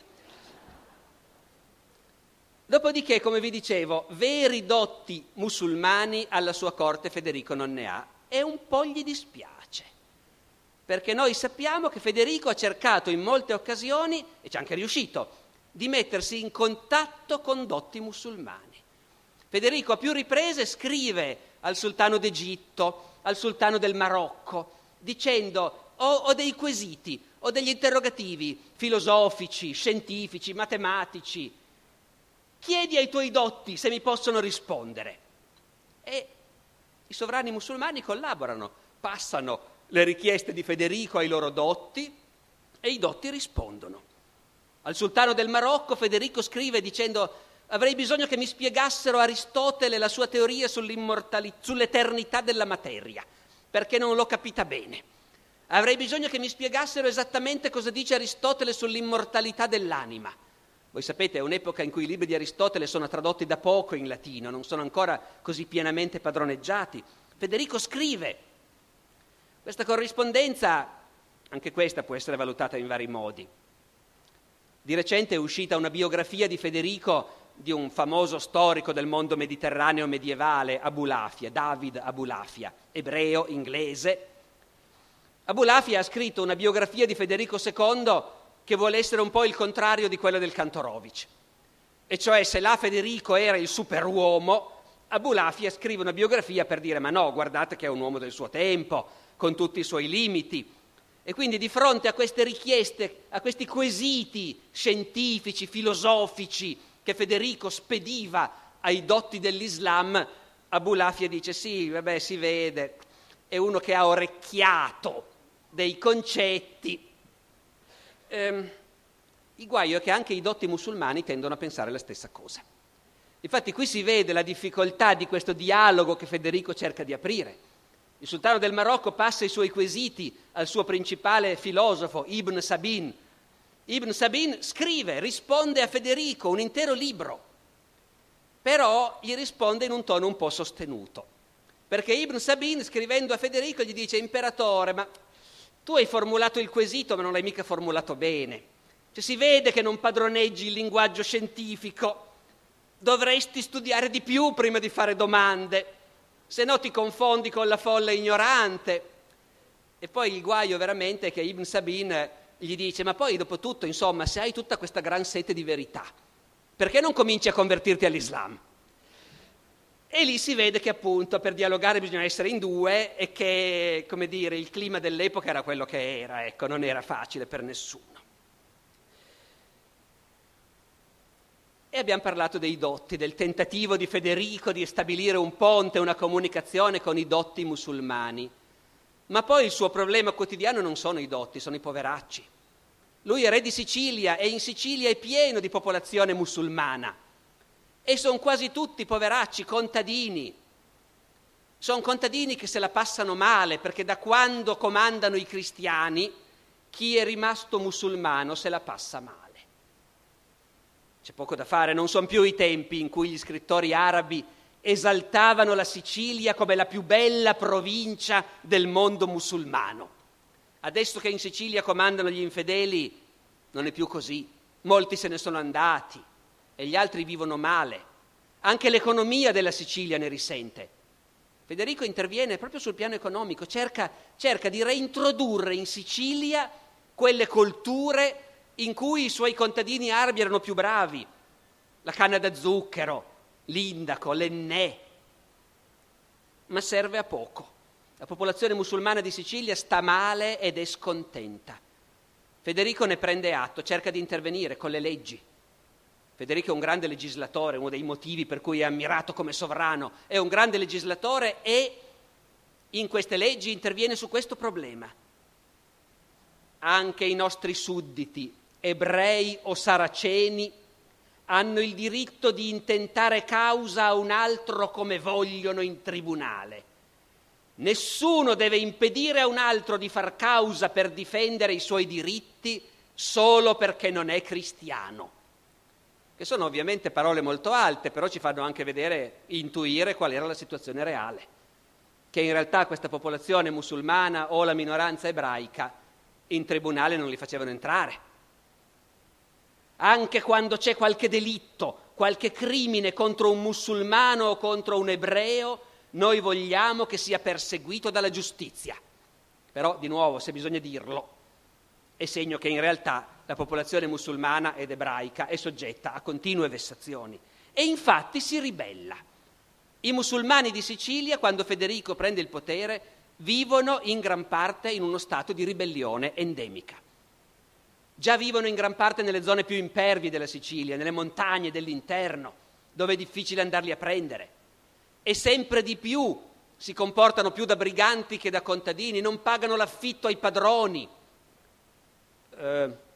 Dopodiché, come vi dicevo, veri dotti musulmani alla sua corte Federico non ne ha, e un po' gli dispiace, perché noi sappiamo che Federico ha cercato in molte occasioni, e ci è anche riuscito, di mettersi in contatto con dotti musulmani. Federico a più riprese scrive al sultano d'Egitto, al sultano del Marocco, dicendo: ho dei quesiti, ho degli interrogativi filosofici, scientifici, matematici, chiedi ai tuoi dotti se mi possono rispondere. E i sovrani musulmani collaborano, passano le richieste di Federico ai loro dotti e i dotti rispondono. Al sultano del Marocco Federico scrive dicendo: Avrei bisogno che mi spiegassero Aristotele la sua teoria sull'eternità della materia, perché non l'ho capita bene. Avrei bisogno che mi spiegassero esattamente cosa dice Aristotele sull'immortalità dell'anima. Voi sapete, è un'epoca in cui i libri di Aristotele sono tradotti da poco in latino, non sono ancora così pienamente padroneggiati. Federico scrive. Questa corrispondenza, anche questa può essere valutata in vari modi. Di recente è uscita una biografia di Federico di un famoso storico del mondo mediterraneo medievale, Abulafia, David Abulafia, ebreo, inglese. Abulafia ha scritto una biografia di Federico II che vuole essere un po' il contrario di quello del Kantorowicz. E cioè, se là Federico era il superuomo, Abulafia scrive una biografia per dire: ma no, guardate che è un uomo del suo tempo, con tutti i suoi limiti. E quindi di fronte a queste richieste, a questi quesiti scientifici, filosofici che Federico spediva ai dotti dell'Islam, Abulafia dice: sì, vabbè, si vede, è uno che ha orecchiato dei concetti. Il guaio è che anche i dotti musulmani tendono a pensare la stessa cosa. Infatti qui si vede la difficoltà di questo dialogo che Federico cerca di aprire. Il sultano del Marocco passa i suoi quesiti al suo principale filosofo, Ibn Sabin. Ibn Sabin scrive, risponde a Federico un intero libro, però gli risponde in un tono un po' sostenuto. Perché Ibn Sabin, scrivendo a Federico, gli dice: imperatore, ma tu hai formulato il quesito, ma non l'hai mica formulato bene. Cioè, si vede che non padroneggi il linguaggio scientifico. Dovresti studiare di più prima di fare domande, se no ti confondi con la folla ignorante. E poi il guaio veramente è che Ibn Sabin gli dice: ma poi dopo tutto, insomma, se hai tutta questa gran sete di verità, perché non cominci a convertirti all'Islam? E lì si vede che appunto per dialogare bisogna essere in due e che, come dire, il clima dell'epoca era quello che era, ecco, non era facile per nessuno. E abbiamo parlato dei dotti, del tentativo di Federico di stabilire un ponte, una comunicazione con i dotti musulmani. Ma poi il suo problema quotidiano non sono i dotti, sono i poveracci. Lui è re di Sicilia e in Sicilia è pieno di popolazione musulmana. E sono quasi tutti poveracci, contadini. Sono contadini che se la passano male, perché da quando comandano i cristiani, chi è rimasto musulmano se la passa male. C'è poco da fare, non sono più i tempi in cui gli scrittori arabi esaltavano la Sicilia come la più bella provincia del mondo musulmano. Adesso che in Sicilia comandano gli infedeli non è più così, molti se ne sono andati e gli altri vivono male. Anche l'economia della Sicilia ne risente. Federico interviene proprio sul piano economico, cerca di reintrodurre in Sicilia quelle colture in cui i suoi contadini arabi erano più bravi, la canna da zucchero, l'indaco, l'ennè. Ma serve a poco. La popolazione musulmana di Sicilia sta male ed è scontenta. Federico ne prende atto, cerca di intervenire con le leggi. Federico è un grande legislatore, uno dei motivi per cui è ammirato come sovrano, è un grande legislatore e in queste leggi interviene su questo problema. Anche i nostri sudditi, ebrei o saraceni, hanno il diritto di intentare causa a un altro come vogliono in tribunale. Nessuno deve impedire a un altro di far causa per difendere i suoi diritti solo perché non è cristiano. Che sono ovviamente parole molto alte, però ci fanno anche intuire qual era la situazione reale. Che in realtà questa popolazione musulmana o la minoranza ebraica in tribunale non li facevano entrare. Anche quando c'è qualche delitto, qualche crimine contro un musulmano o contro un ebreo, noi vogliamo che sia perseguito dalla giustizia. Però, di nuovo, se bisogna dirlo, è segno che in realtà la popolazione musulmana ed ebraica è soggetta a continue vessazioni. E infatti si ribella. I musulmani di Sicilia, quando Federico prende il potere, vivono in gran parte in uno stato di ribellione endemica. Già vivono in gran parte nelle zone più impervie della Sicilia, nelle montagne dell'interno, dove è difficile andarli a prendere. E sempre di più si comportano più da briganti che da contadini, non pagano l'affitto ai padroni.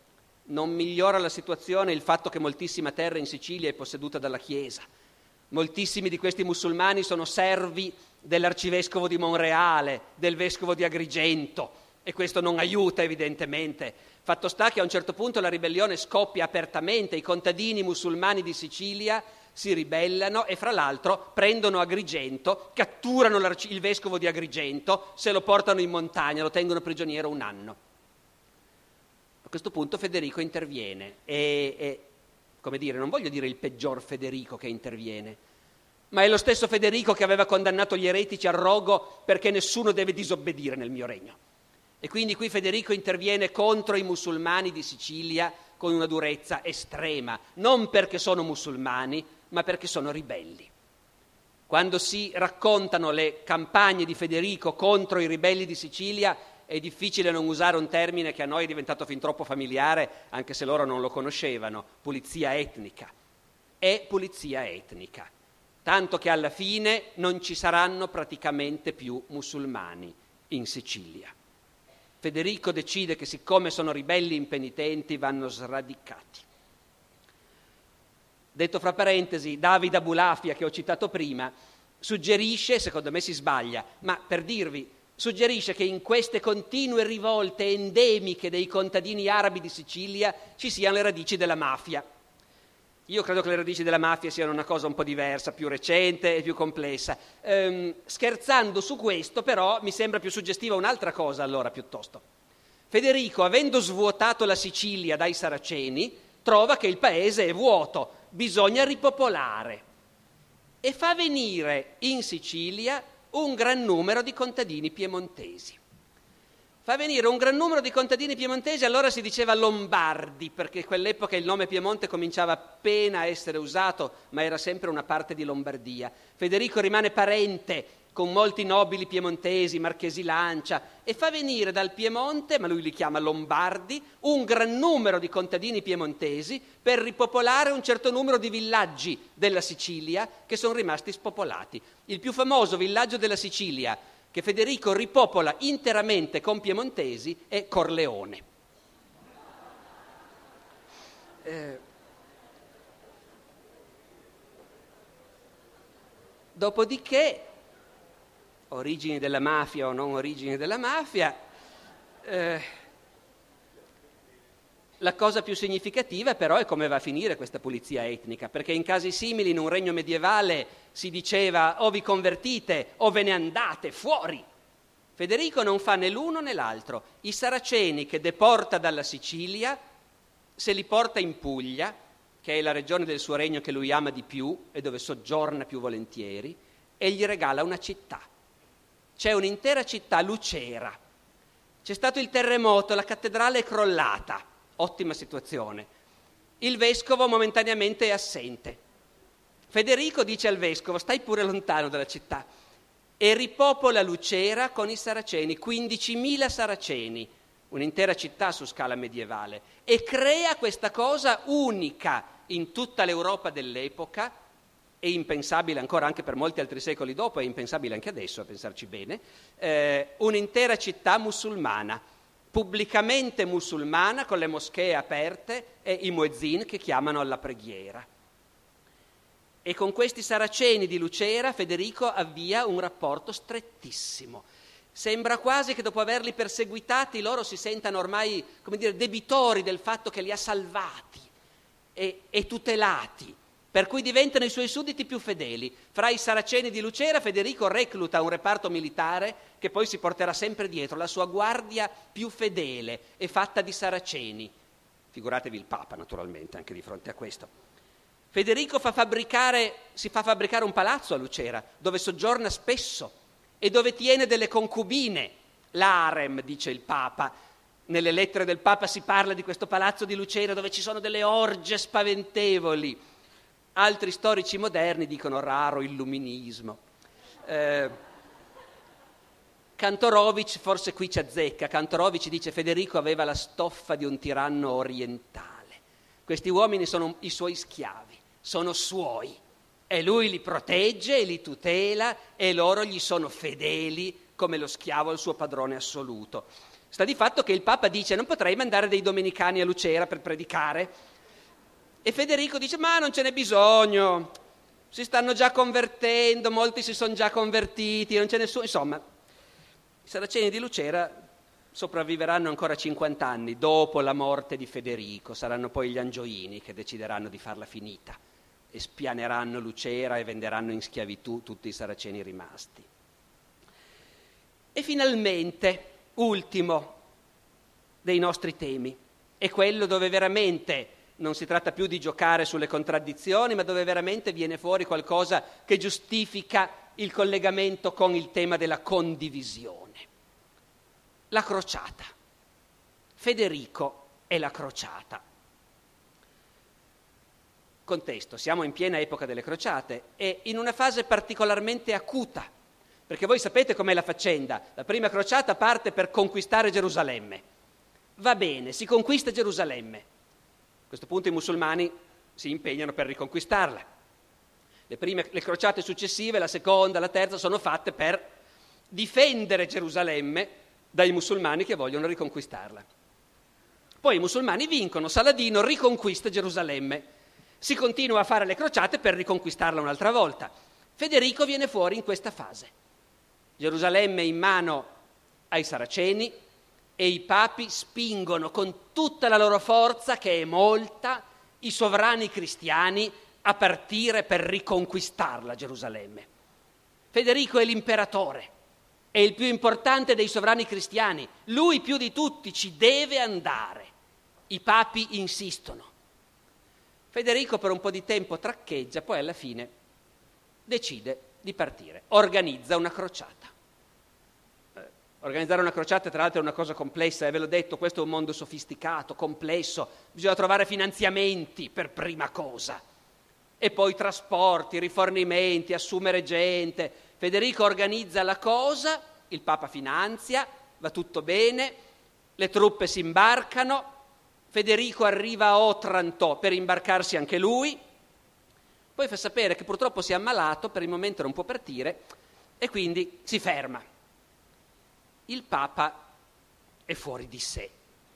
Non migliora la situazione il fatto che moltissima terra in Sicilia è posseduta dalla Chiesa. Moltissimi di questi musulmani sono servi dell'arcivescovo di Monreale, del vescovo di Agrigento, e questo non aiuta evidentemente. Fatto sta che a un certo punto la ribellione scoppia apertamente, i contadini musulmani di Sicilia si ribellano e fra l'altro prendono Agrigento, catturano il vescovo di Agrigento, se lo portano in montagna, lo tengono prigioniero 1 anno. A questo punto Federico interviene e come dire, non voglio dire il peggior Federico che interviene, ma è lo stesso Federico che aveva condannato gli eretici al rogo perché nessuno deve disobbedire nel mio regno. E quindi qui Federico interviene contro i musulmani di Sicilia con una durezza estrema, non perché sono musulmani, ma perché sono ribelli. Quando si raccontano le campagne di Federico contro i ribelli di Sicilia, è difficile non usare un termine che a noi è diventato fin troppo familiare, anche se loro non lo conoscevano: pulizia etnica. È pulizia etnica, tanto che alla fine non ci saranno praticamente più musulmani in Sicilia. Federico decide che siccome sono ribelli impenitenti vanno sradicati. Detto fra parentesi, David Abulafia, che ho citato prima, suggerisce, secondo me si sbaglia, ma per dirvi, suggerisce che in queste continue rivolte endemiche dei contadini arabi di Sicilia ci siano le radici della mafia. Io credo che le radici della mafia siano una cosa un po' diversa, più recente e più complessa. Scherzando su questo, però, mi sembra più suggestiva un'altra cosa, allora, piuttosto. Federico, avendo svuotato la Sicilia dai saraceni, trova che il paese è vuoto, bisogna ripopolare. E fa venire in Sicilia un gran numero di contadini piemontesi. Fa venire un gran numero di contadini piemontesi, allora si diceva Lombardi, perché in quell'epoca il nome Piemonte cominciava appena a essere usato, ma era sempre una parte di Lombardia. Federico rimane parente con molti nobili piemontesi, marchesi Lancia, e fa venire dal Piemonte, ma lui li chiama Lombardi, un gran numero di contadini piemontesi per ripopolare un certo numero di villaggi della Sicilia che sono rimasti spopolati. Il più famoso villaggio della Sicilia che Federico ripopola interamente con piemontesi è Corleone. Dopodiché, origini della mafia o non origini della mafia, la cosa più significativa però è come va a finire questa pulizia etnica, perché in casi simili in un regno medievale si diceva o vi convertite o ve ne andate fuori. Federico non fa né l'uno né l'altro. I saraceni che deporta dalla Sicilia se li porta in Puglia, che è la regione del suo regno che lui ama di più e dove soggiorna più volentieri, e gli regala una città. C'è un'intera città, Lucera. C'è stato il terremoto, la cattedrale è crollata. Ottima situazione. Il vescovo momentaneamente è assente. Federico dice al vescovo: stai pure lontano dalla città, e ripopola Lucera con i saraceni, 15.000 saraceni, un'intera città su scala medievale, e crea questa cosa unica in tutta l'Europa dell'epoca, e impensabile ancora anche per molti altri secoli dopo, è impensabile anche adesso, a pensarci bene, un'intera città musulmana, pubblicamente musulmana, con le moschee aperte e i muezzin che chiamano alla preghiera. E con questi saraceni di Lucera Federico avvia un rapporto strettissimo. Sembra quasi che dopo averli perseguitati loro si sentano ormai, come dire, debitori del fatto che li ha salvati e tutelati, per cui diventano i suoi sudditi più fedeli. Fra i saraceni di Lucera Federico recluta un reparto militare che poi si porterà sempre dietro, la sua guardia più fedele è fatta di saraceni. Figuratevi il Papa, naturalmente, anche di fronte a questo. Federico si fa fabbricare un palazzo a Lucera, dove soggiorna spesso e dove tiene delle concubine, l'harem, dice il Papa. Nelle lettere del Papa si parla di questo palazzo di Lucera dove ci sono delle orge spaventevoli. Altri storici moderni dicono raro illuminismo. Kantorowicz forse qui ci azzecca. Kantorowicz dice: Federico aveva la stoffa di un tiranno orientale. Questi uomini sono i suoi schiavi, sono suoi, e lui li protegge e li tutela e loro gli sono fedeli come lo schiavo al suo padrone assoluto. Sta di fatto che il Papa dice: non potrei mandare dei domenicani a Lucera per predicare? E Federico dice: ma non ce n'è bisogno, si stanno già convertendo, molti si sono già convertiti, non c'è nessuno. Insomma, i saraceni di Lucera sopravviveranno ancora 50 anni dopo la morte di Federico, saranno poi gli Angioini che decideranno di farla finita e spianeranno Lucera e venderanno in schiavitù tutti i saraceni rimasti. E finalmente, ultimo dei nostri temi, è quello dove veramente non si tratta più di giocare sulle contraddizioni, ma dove veramente viene fuori qualcosa che giustifica il collegamento con il tema della condivisione. La crociata. Federico e la crociata. Contesto, siamo in piena epoca delle crociate e in una fase particolarmente acuta, perché voi sapete com'è la faccenda. La prima crociata parte per conquistare Gerusalemme. Va bene, si conquista Gerusalemme. A questo punto i musulmani si impegnano per riconquistarla. Le crociate successive, la seconda, la terza, sono fatte per difendere Gerusalemme dai musulmani che vogliono riconquistarla. Poi i musulmani vincono, Saladino riconquista Gerusalemme. Si continua a fare le crociate per riconquistarla un'altra volta. Federico viene fuori in questa fase. Gerusalemme in mano ai saraceni e i papi spingono con tutta la loro forza, che è molta, i sovrani cristiani a partire per riconquistarla Gerusalemme. Federico è l'imperatore, è il più importante dei sovrani cristiani, lui più di tutti ci deve andare. I papi insistono. Federico per un po' di tempo traccheggia, poi alla fine decide di partire, organizza una crociata. Organizzare una crociata tra l'altro è una cosa complessa, ve l'ho detto, questo è un mondo sofisticato, complesso, bisogna trovare finanziamenti per prima cosa, e poi trasporti, rifornimenti, assumere gente. Federico organizza la cosa, il Papa finanzia, va tutto bene, le truppe si imbarcano, Federico arriva a Otranto per imbarcarsi anche lui, poi fa sapere che purtroppo si è ammalato, per il momento non può partire e quindi si ferma. Il Papa è fuori di sé.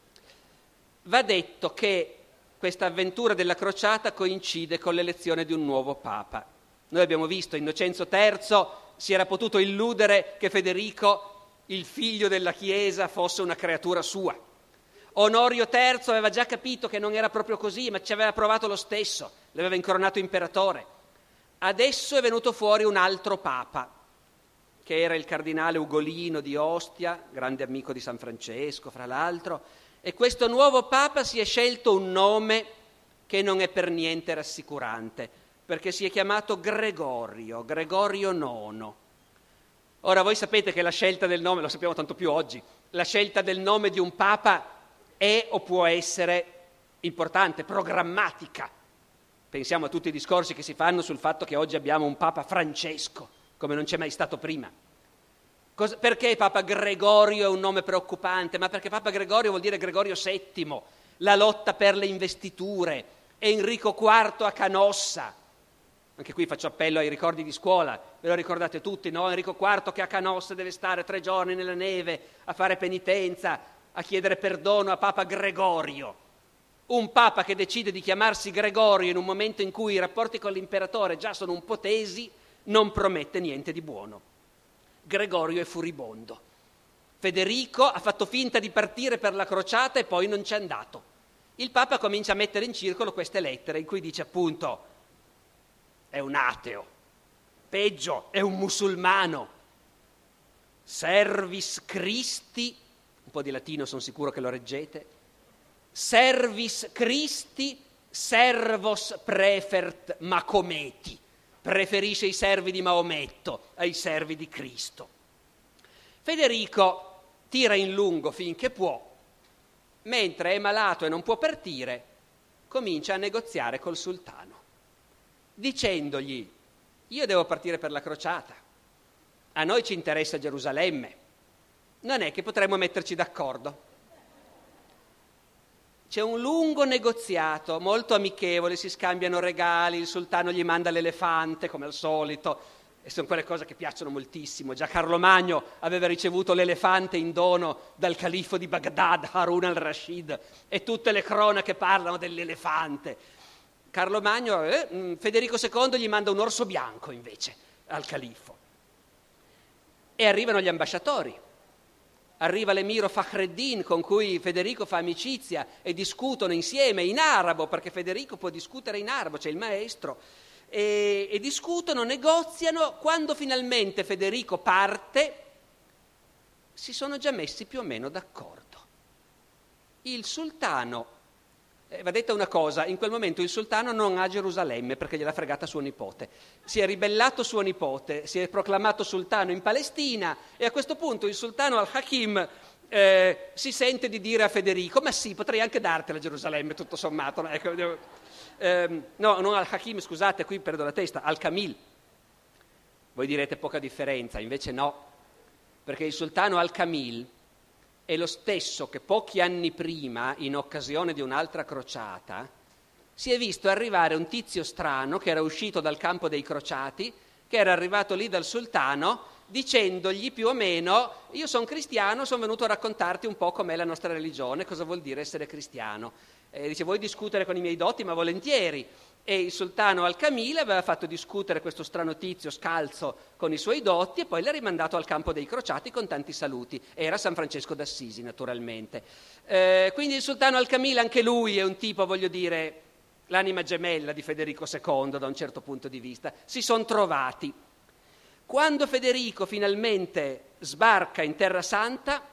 Va detto che questa avventura della crociata coincide con l'elezione di un nuovo Papa. Noi abbiamo visto, Innocenzo III si era potuto illudere che Federico, il figlio della Chiesa, fosse una creatura sua. Onorio III aveva già capito che non era proprio così, ma ci aveva provato lo stesso, l'aveva incoronato imperatore. Adesso è venuto fuori un altro Papa, che era il cardinale Ugolino di Ostia, grande amico di San Francesco, fra l'altro, e questo nuovo Papa si è scelto un nome che non è per niente rassicurante, perché si è chiamato Gregorio IX. Ora voi sapete che la scelta del nome, lo sappiamo tanto più oggi, la scelta del nome di un Papa è o può essere importante, programmatica. Pensiamo a tutti i discorsi che si fanno sul fatto che oggi abbiamo un Papa Francesco, come non c'è mai stato prima. Perché Papa Gregorio è un nome preoccupante? Ma perché Papa Gregorio vuol dire Gregorio VII, la lotta per le investiture, Enrico IV a Canossa. Anche qui faccio appello ai ricordi di scuola, ve lo ricordate tutti, no? Enrico IV che a Canossa deve stare 3 giorni nella neve a fare penitenza, a chiedere perdono a Papa Gregorio. Un Papa che decide di chiamarsi Gregorio in un momento in cui i rapporti con l'imperatore già sono un po' tesi, non promette niente di buono. Gregorio è furibondo. Federico ha fatto finta di partire per la crociata e poi non c'è andato. Il Papa comincia a mettere in circolo queste lettere in cui dice appunto: è un ateo, peggio, è un musulmano. Servis Christi, un po' di latino sono sicuro che lo reggete, servis Christi servos prefert Macometi. Preferisce i servi di Maometto ai servi di Cristo. Federico tira in lungo finché può, mentre è malato e non può partire, comincia a negoziare col sultano, dicendogli: io devo partire per la crociata, a noi ci interessa Gerusalemme, non è che potremmo metterci d'accordo. C'è un lungo negoziato, molto amichevole, si scambiano regali, il sultano gli manda l'elefante, come al solito, E sono quelle cose che piacciono moltissimo. Già Carlo Magno aveva ricevuto l'elefante in dono dal califfo di Baghdad, Harun al-Rashid, e tutte le cronache parlano dell'elefante. Carlo Magno, Federico II gli manda un orso bianco invece al califfo. E arrivano gli ambasciatori. Arriva l'emiro Fakhreddin con cui Federico fa amicizia e discutono insieme in arabo, perché Federico può discutere in arabo, c'è il maestro. E discutono, negoziano. Quando finalmente Federico parte, si sono già messi più o meno d'accordo. Il sultano, va detta una cosa, in quel momento il sultano non ha Gerusalemme perché gliel'ha fregata suo nipote. Si è ribellato suo nipote, si è proclamato sultano in Palestina e a questo punto il sultano al-Hakim si sente di dire a Federico: ma sì, potrei anche dartela Gerusalemme, tutto sommato. No, non al-Hakim, scusate, qui perdo la testa, al-Kamil. Voi direte poca differenza, invece no, perché il sultano al-Kamil è lo stesso che pochi anni prima, in occasione di un'altra crociata, si è visto arrivare un tizio strano che era uscito dal campo dei crociati, che era arrivato lì dal sultano, dicendogli più o meno: io sono cristiano, sono venuto a raccontarti un po' com'è la nostra religione, cosa vuol dire essere cristiano. Dice: vuoi discutere con i miei doti? Ma volentieri. E il sultano al-Kamil aveva fatto discutere questo strano tizio scalzo con i suoi doti e poi l'ha rimandato al campo dei crociati con tanti saluti. Era San Francesco d'Assisi, naturalmente. Quindi il sultano al-Kamil, anche lui è un tipo, voglio dire, l'anima gemella di Federico II da un certo punto di vista. Si sono trovati. Quando Federico finalmente sbarca in Terra Santa,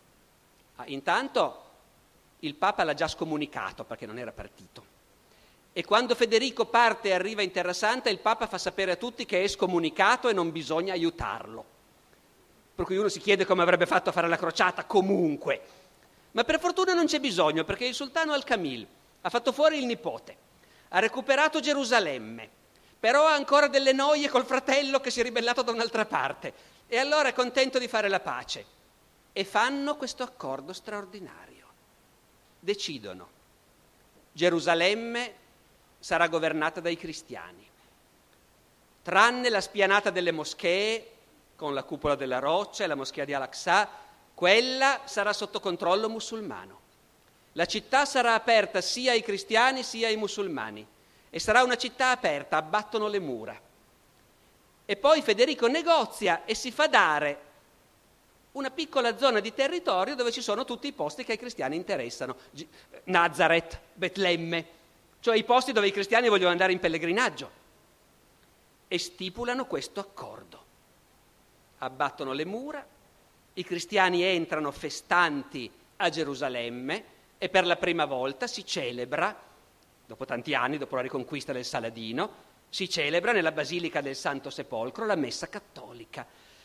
intanto il Papa l'ha già scomunicato perché non era partito. E quando Federico parte e arriva in Terra Santa, il Papa fa sapere a tutti che è scomunicato e non bisogna aiutarlo. Per cui uno si chiede come avrebbe fatto a fare la crociata comunque. Ma per fortuna non c'è bisogno, perché il sultano al-Kamil ha fatto fuori il nipote, ha recuperato Gerusalemme, però ha ancora delle noie col fratello che si è ribellato da un'altra parte. E allora è contento di fare la pace. E fanno questo accordo straordinario. Decidono: Gerusalemme sarà governata dai cristiani, tranne la spianata delle moschee con la cupola della roccia e la moschea di Al-Aqsa, quella sarà sotto controllo musulmano. La città sarà aperta sia ai cristiani sia ai musulmani e sarà una città aperta, abbattono le mura. E poi Federico negozia e si fa dare una piccola zona di territorio dove ci sono tutti i posti che ai cristiani interessano. Nazareth, Betlemme, cioè i posti dove i cristiani vogliono andare in pellegrinaggio. E stipulano questo accordo. Abbattono le mura, i cristiani entrano festanti a Gerusalemme e per la prima volta si celebra, dopo tanti anni, dopo la riconquista del Saladino, si celebra nella Basilica del Santo Sepolcro la messa cattolica.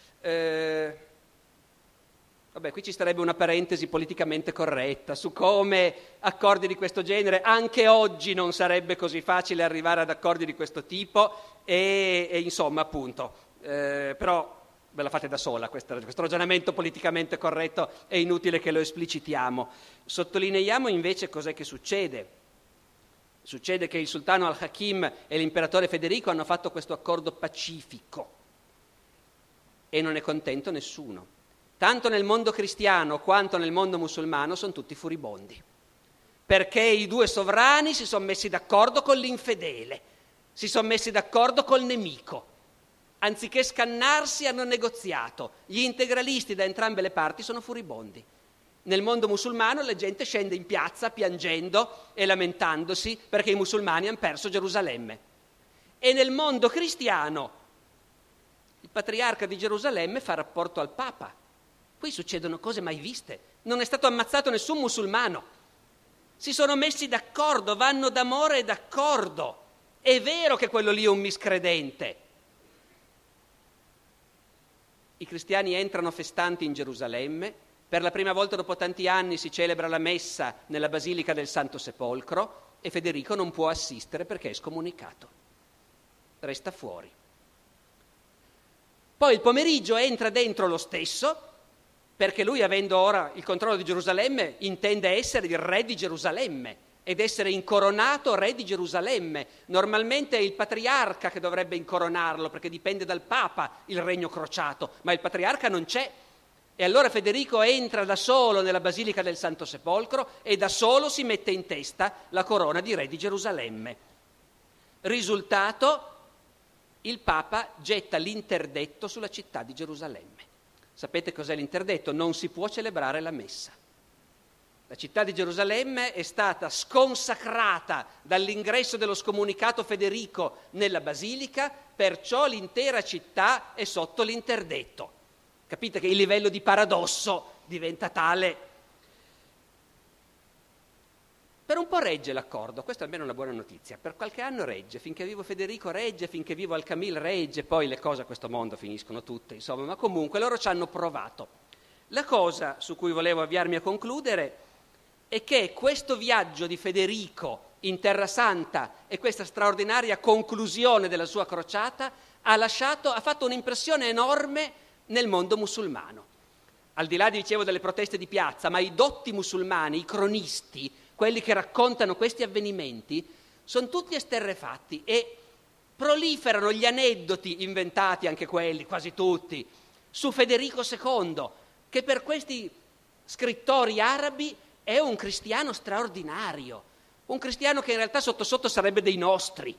Vabbè, qui ci starebbe una parentesi politicamente corretta su come accordi di questo genere, anche oggi non sarebbe così facile arrivare ad accordi di questo tipo e insomma, appunto, però ve la fate da sola, questo ragionamento politicamente corretto è inutile che lo esplicitiamo. Sottolineiamo invece cos'è che succede. Succede che il sultano al-Hakim e l'imperatore Federico hanno fatto questo accordo pacifico e non è contento nessuno. Tanto nel mondo cristiano quanto nel mondo musulmano sono tutti furibondi, perché i due sovrani si sono messi d'accordo con l'infedele, si sono messi d'accordo col nemico. Anziché scannarsi hanno negoziato. Gli integralisti da entrambe le parti sono furibondi. Nel mondo musulmano la gente scende in piazza piangendo e lamentandosi perché i musulmani hanno perso Gerusalemme. E nel mondo cristiano il patriarca di Gerusalemme fa rapporto al Papa. Qui succedono cose mai viste. Non è stato ammazzato nessun musulmano. Si sono messi d'accordo, vanno d'amore e d'accordo. È vero che quello lì è un miscredente. I cristiani entrano festanti in Gerusalemme. Per la prima volta dopo tanti anni si celebra la messa nella Basilica del Santo Sepolcro e Federico non può assistere perché è scomunicato. Resta fuori. Poi il pomeriggio entra dentro lo stesso, perché lui, avendo ora il controllo di Gerusalemme, intende essere il re di Gerusalemme. ed essere incoronato re di Gerusalemme. Normalmente è il patriarca che dovrebbe incoronarlo, perché dipende dal Papa il regno crociato, ma il patriarca non c'è. E allora Federico entra da solo nella Basilica del Santo Sepolcro e da solo si mette in testa la corona di re di Gerusalemme. Risultato, il Papa getta l'interdetto sulla città di Gerusalemme. Sapete cos'è l'interdetto? Non si può celebrare la messa. La città di Gerusalemme è stata sconsacrata dall'ingresso dello scomunicato Federico nella Basilica, perciò l'intera città è sotto l'interdetto. Capite che il livello di paradosso diventa tale. Per un po' regge l'accordo, questa almeno è una buona notizia. Per qualche anno regge, finché vivo Federico regge, finché vivo Al-Kamil regge, poi le cose a questo mondo finiscono tutte, insomma, ma comunque loro ci hanno provato. La cosa su cui volevo avviarmi a concludere è che questo viaggio di Federico in Terra Santa e questa straordinaria conclusione della sua crociata ha fatto un'impressione enorme nel mondo musulmano. Al di là, dicevo, delle proteste di piazza, ma i dotti musulmani, i cronisti, quelli che raccontano questi avvenimenti, sono tutti esterrefatti e proliferano gli aneddoti, inventati anche quelli, quasi tutti, su Federico II, che per questi scrittori arabi è un cristiano straordinario, un cristiano che in realtà sotto sotto sarebbe dei nostri.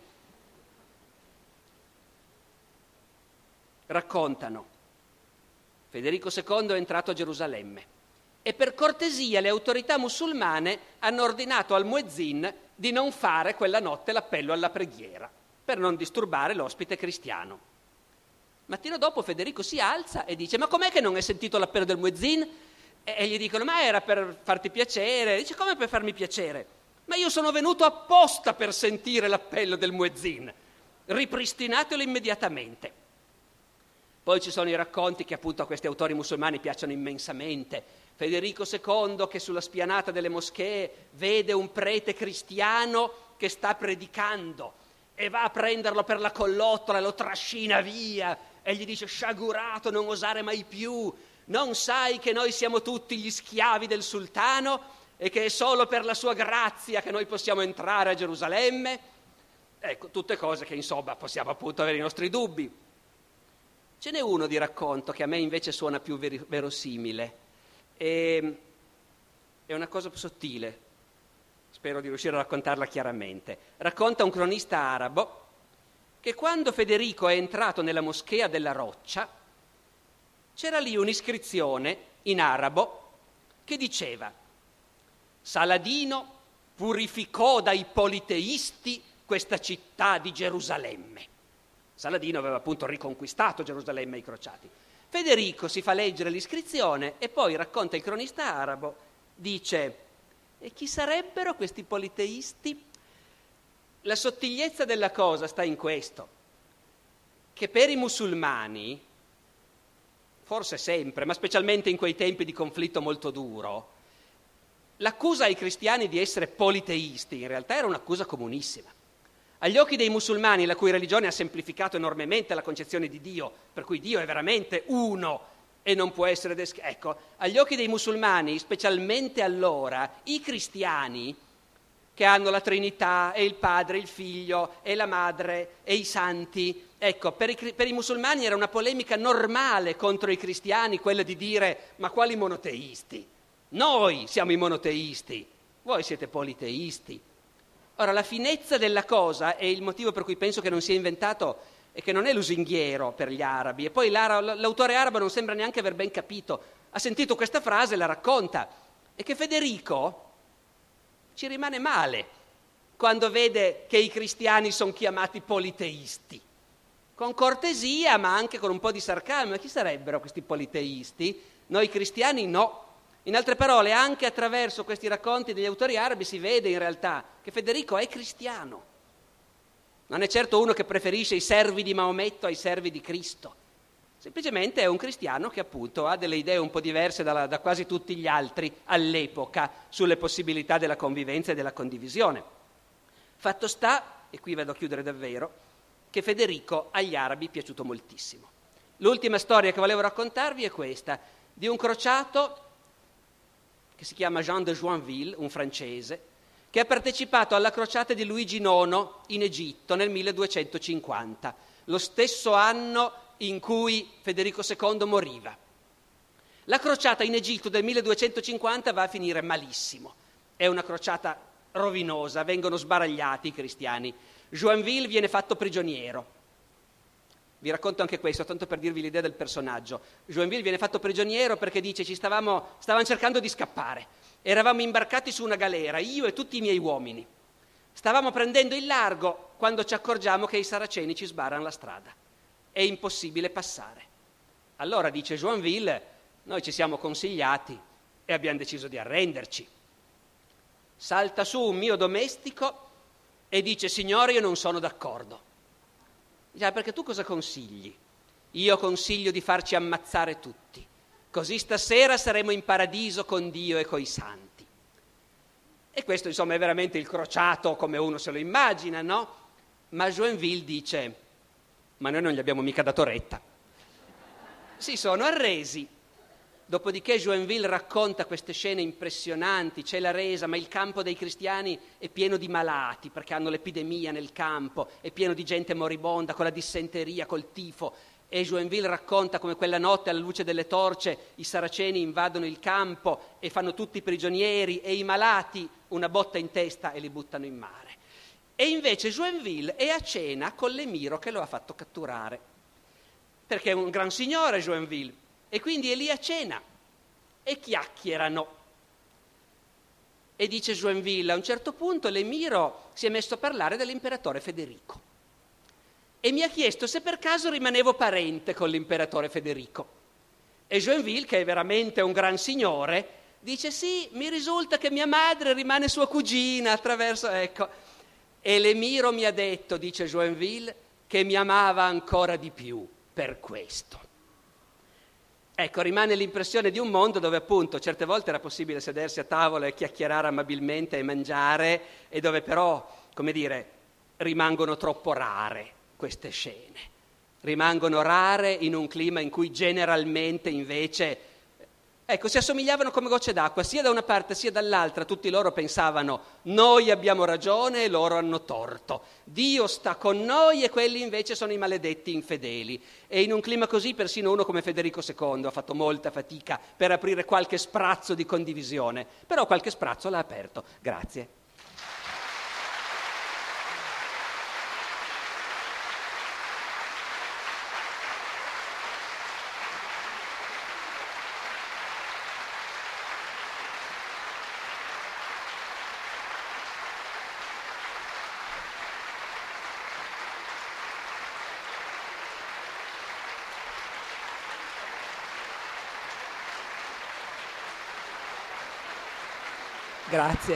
Raccontano: Federico II è entrato a Gerusalemme e per cortesia le autorità musulmane hanno ordinato al muezzin di non fare quella notte l'appello alla preghiera per non disturbare l'ospite cristiano. Mattino dopo Federico si alza e dice: ma com'è che non hai sentito l'appello del muezzin? E gli dicono: ma era per farti piacere. Dice: come per farmi piacere? Ma io sono venuto apposta per sentire l'appello del muezzin, ripristinatelo immediatamente. Poi ci sono i racconti che appunto a questi autori musulmani piacciono immensamente. Federico II che sulla spianata delle moschee vede un prete cristiano che sta predicando e va a prenderlo per la collottola, lo trascina via e gli dice: sciagurato, non osare mai più, non sai che noi siamo tutti gli schiavi del sultano e che è solo per la sua grazia che noi possiamo entrare a Gerusalemme? Ecco, tutte cose che insomma possiamo appunto avere i nostri dubbi. Ce n'è uno di racconto che a me invece suona più verosimile. È una cosa sottile, spero di riuscire a raccontarla chiaramente. Racconta un cronista arabo che quando Federico è entrato nella moschea della Roccia c'era lì un'iscrizione in arabo che diceva: Saladino purificò dai politeisti questa città di Gerusalemme. Saladino aveva appunto riconquistato Gerusalemme ai crociati. Federico si fa leggere l'iscrizione e poi racconta il cronista arabo, dice: e chi sarebbero questi politeisti? La sottigliezza della cosa sta in questo, che per i musulmani, forse sempre, ma specialmente in quei tempi di conflitto molto duro, l'accusa ai cristiani di essere politeisti in realtà era un'accusa comunissima. Agli occhi dei musulmani, la cui religione ha semplificato enormemente la concezione di Dio, per cui Dio è veramente uno e non può essere descritto. Ecco, agli occhi dei musulmani, specialmente allora, i cristiani, che hanno la Trinità e il Padre, il Figlio e la Madre e i Santi, ecco, per i musulmani era una polemica normale contro i cristiani quella di dire: ma quali monoteisti? Noi siamo i monoteisti, voi siete politeisti. Ora, la finezza della cosa è il motivo per cui penso che non sia inventato e che non è lusinghiero per gli arabi. E poi l'autore arabo non sembra neanche aver ben capito. Ha sentito questa frase e la racconta. E che Federico ci rimane male quando vede che i cristiani sono chiamati politeisti. Con cortesia, ma anche con un po' di sarcasmo. Ma chi sarebbero questi politeisti? Noi cristiani no. In altre parole, anche attraverso questi racconti degli autori arabi si vede in realtà che Federico è cristiano. Non è certo uno che preferisce i servi di Maometto ai servi di Cristo. Semplicemente è un cristiano che appunto ha delle idee un po' diverse da quasi tutti gli altri all'epoca sulle possibilità della convivenza e della condivisione. Fatto sta, e qui vado a chiudere davvero, che Federico agli arabi è piaciuto moltissimo. L'ultima storia che volevo raccontarvi è questa, di un crociato che si chiama Jean de Joinville, un francese, che ha partecipato alla crociata di Luigi IX in Egitto nel 1250, lo stesso anno in cui Federico II moriva. La crociata in Egitto del 1250 va a finire malissimo, è una crociata rovinosa, vengono sbaragliati i cristiani. Joinville viene fatto prigioniero. Vi racconto anche questo, tanto per dirvi l'idea del personaggio. Joinville viene fatto prigioniero perché dice stavano cercando di scappare. Eravamo imbarcati su una galera, io e tutti i miei uomini. Stavamo prendendo il largo quando ci accorgiamo che i saraceni ci sbarrano la strada. È impossibile passare. Allora, dice Joinville, noi ci siamo consigliati e abbiamo deciso di arrenderci. Salta su un mio domestico e dice: signore, io non sono d'accordo. Dice: perché tu cosa consigli? Io consiglio di farci ammazzare tutti, così stasera saremo in paradiso con Dio e coi santi. E questo insomma è veramente il crociato come uno se lo immagina, no? Ma Joinville dice: ma noi non gli abbiamo mica dato retta. Si sono arresi. Dopodiché Joinville racconta queste scene impressionanti, c'è la resa, ma il campo dei cristiani è pieno di malati, perché hanno l'epidemia nel campo, è pieno di gente moribonda, con la dissenteria, col tifo. E Joinville racconta come quella notte, alla luce delle torce, i saraceni invadono il campo e fanno tutti prigionieri, e i malati una botta in testa e li buttano in mare. E invece Joinville è a cena con l'emiro che lo ha fatto catturare, perché è un gran signore Joinville. E quindi è lì a cena e chiacchierano. E dice Joinville, a un certo punto l'emiro si è messo a parlare dell'imperatore Federico e mi ha chiesto se per caso rimanevo parente con l'imperatore Federico. E Joinville, che è veramente un gran signore, dice: sì, mi risulta che mia madre rimane sua cugina attraverso... Ecco. E l'emiro mi ha detto, dice Joinville, che mi amava ancora di più per questo. Ecco, rimane l'impressione di un mondo dove appunto certe volte era possibile sedersi a tavola e chiacchierare amabilmente e mangiare, e dove però, come dire, rimangono troppo rare queste scene. Rimangono rare in un clima in cui generalmente invece, ecco, si assomigliavano come gocce d'acqua, sia da una parte sia dall'altra. Tutti loro pensavano: noi abbiamo ragione e loro hanno torto, Dio sta con noi e quelli invece sono i maledetti infedeli. E in un clima così persino uno come Federico II ha fatto molta fatica per aprire qualche sprazzo di condivisione, però qualche sprazzo l'ha aperto. Grazie. Grazie.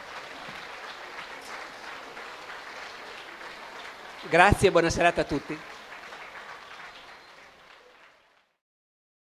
Grazie e buona serata a tutti.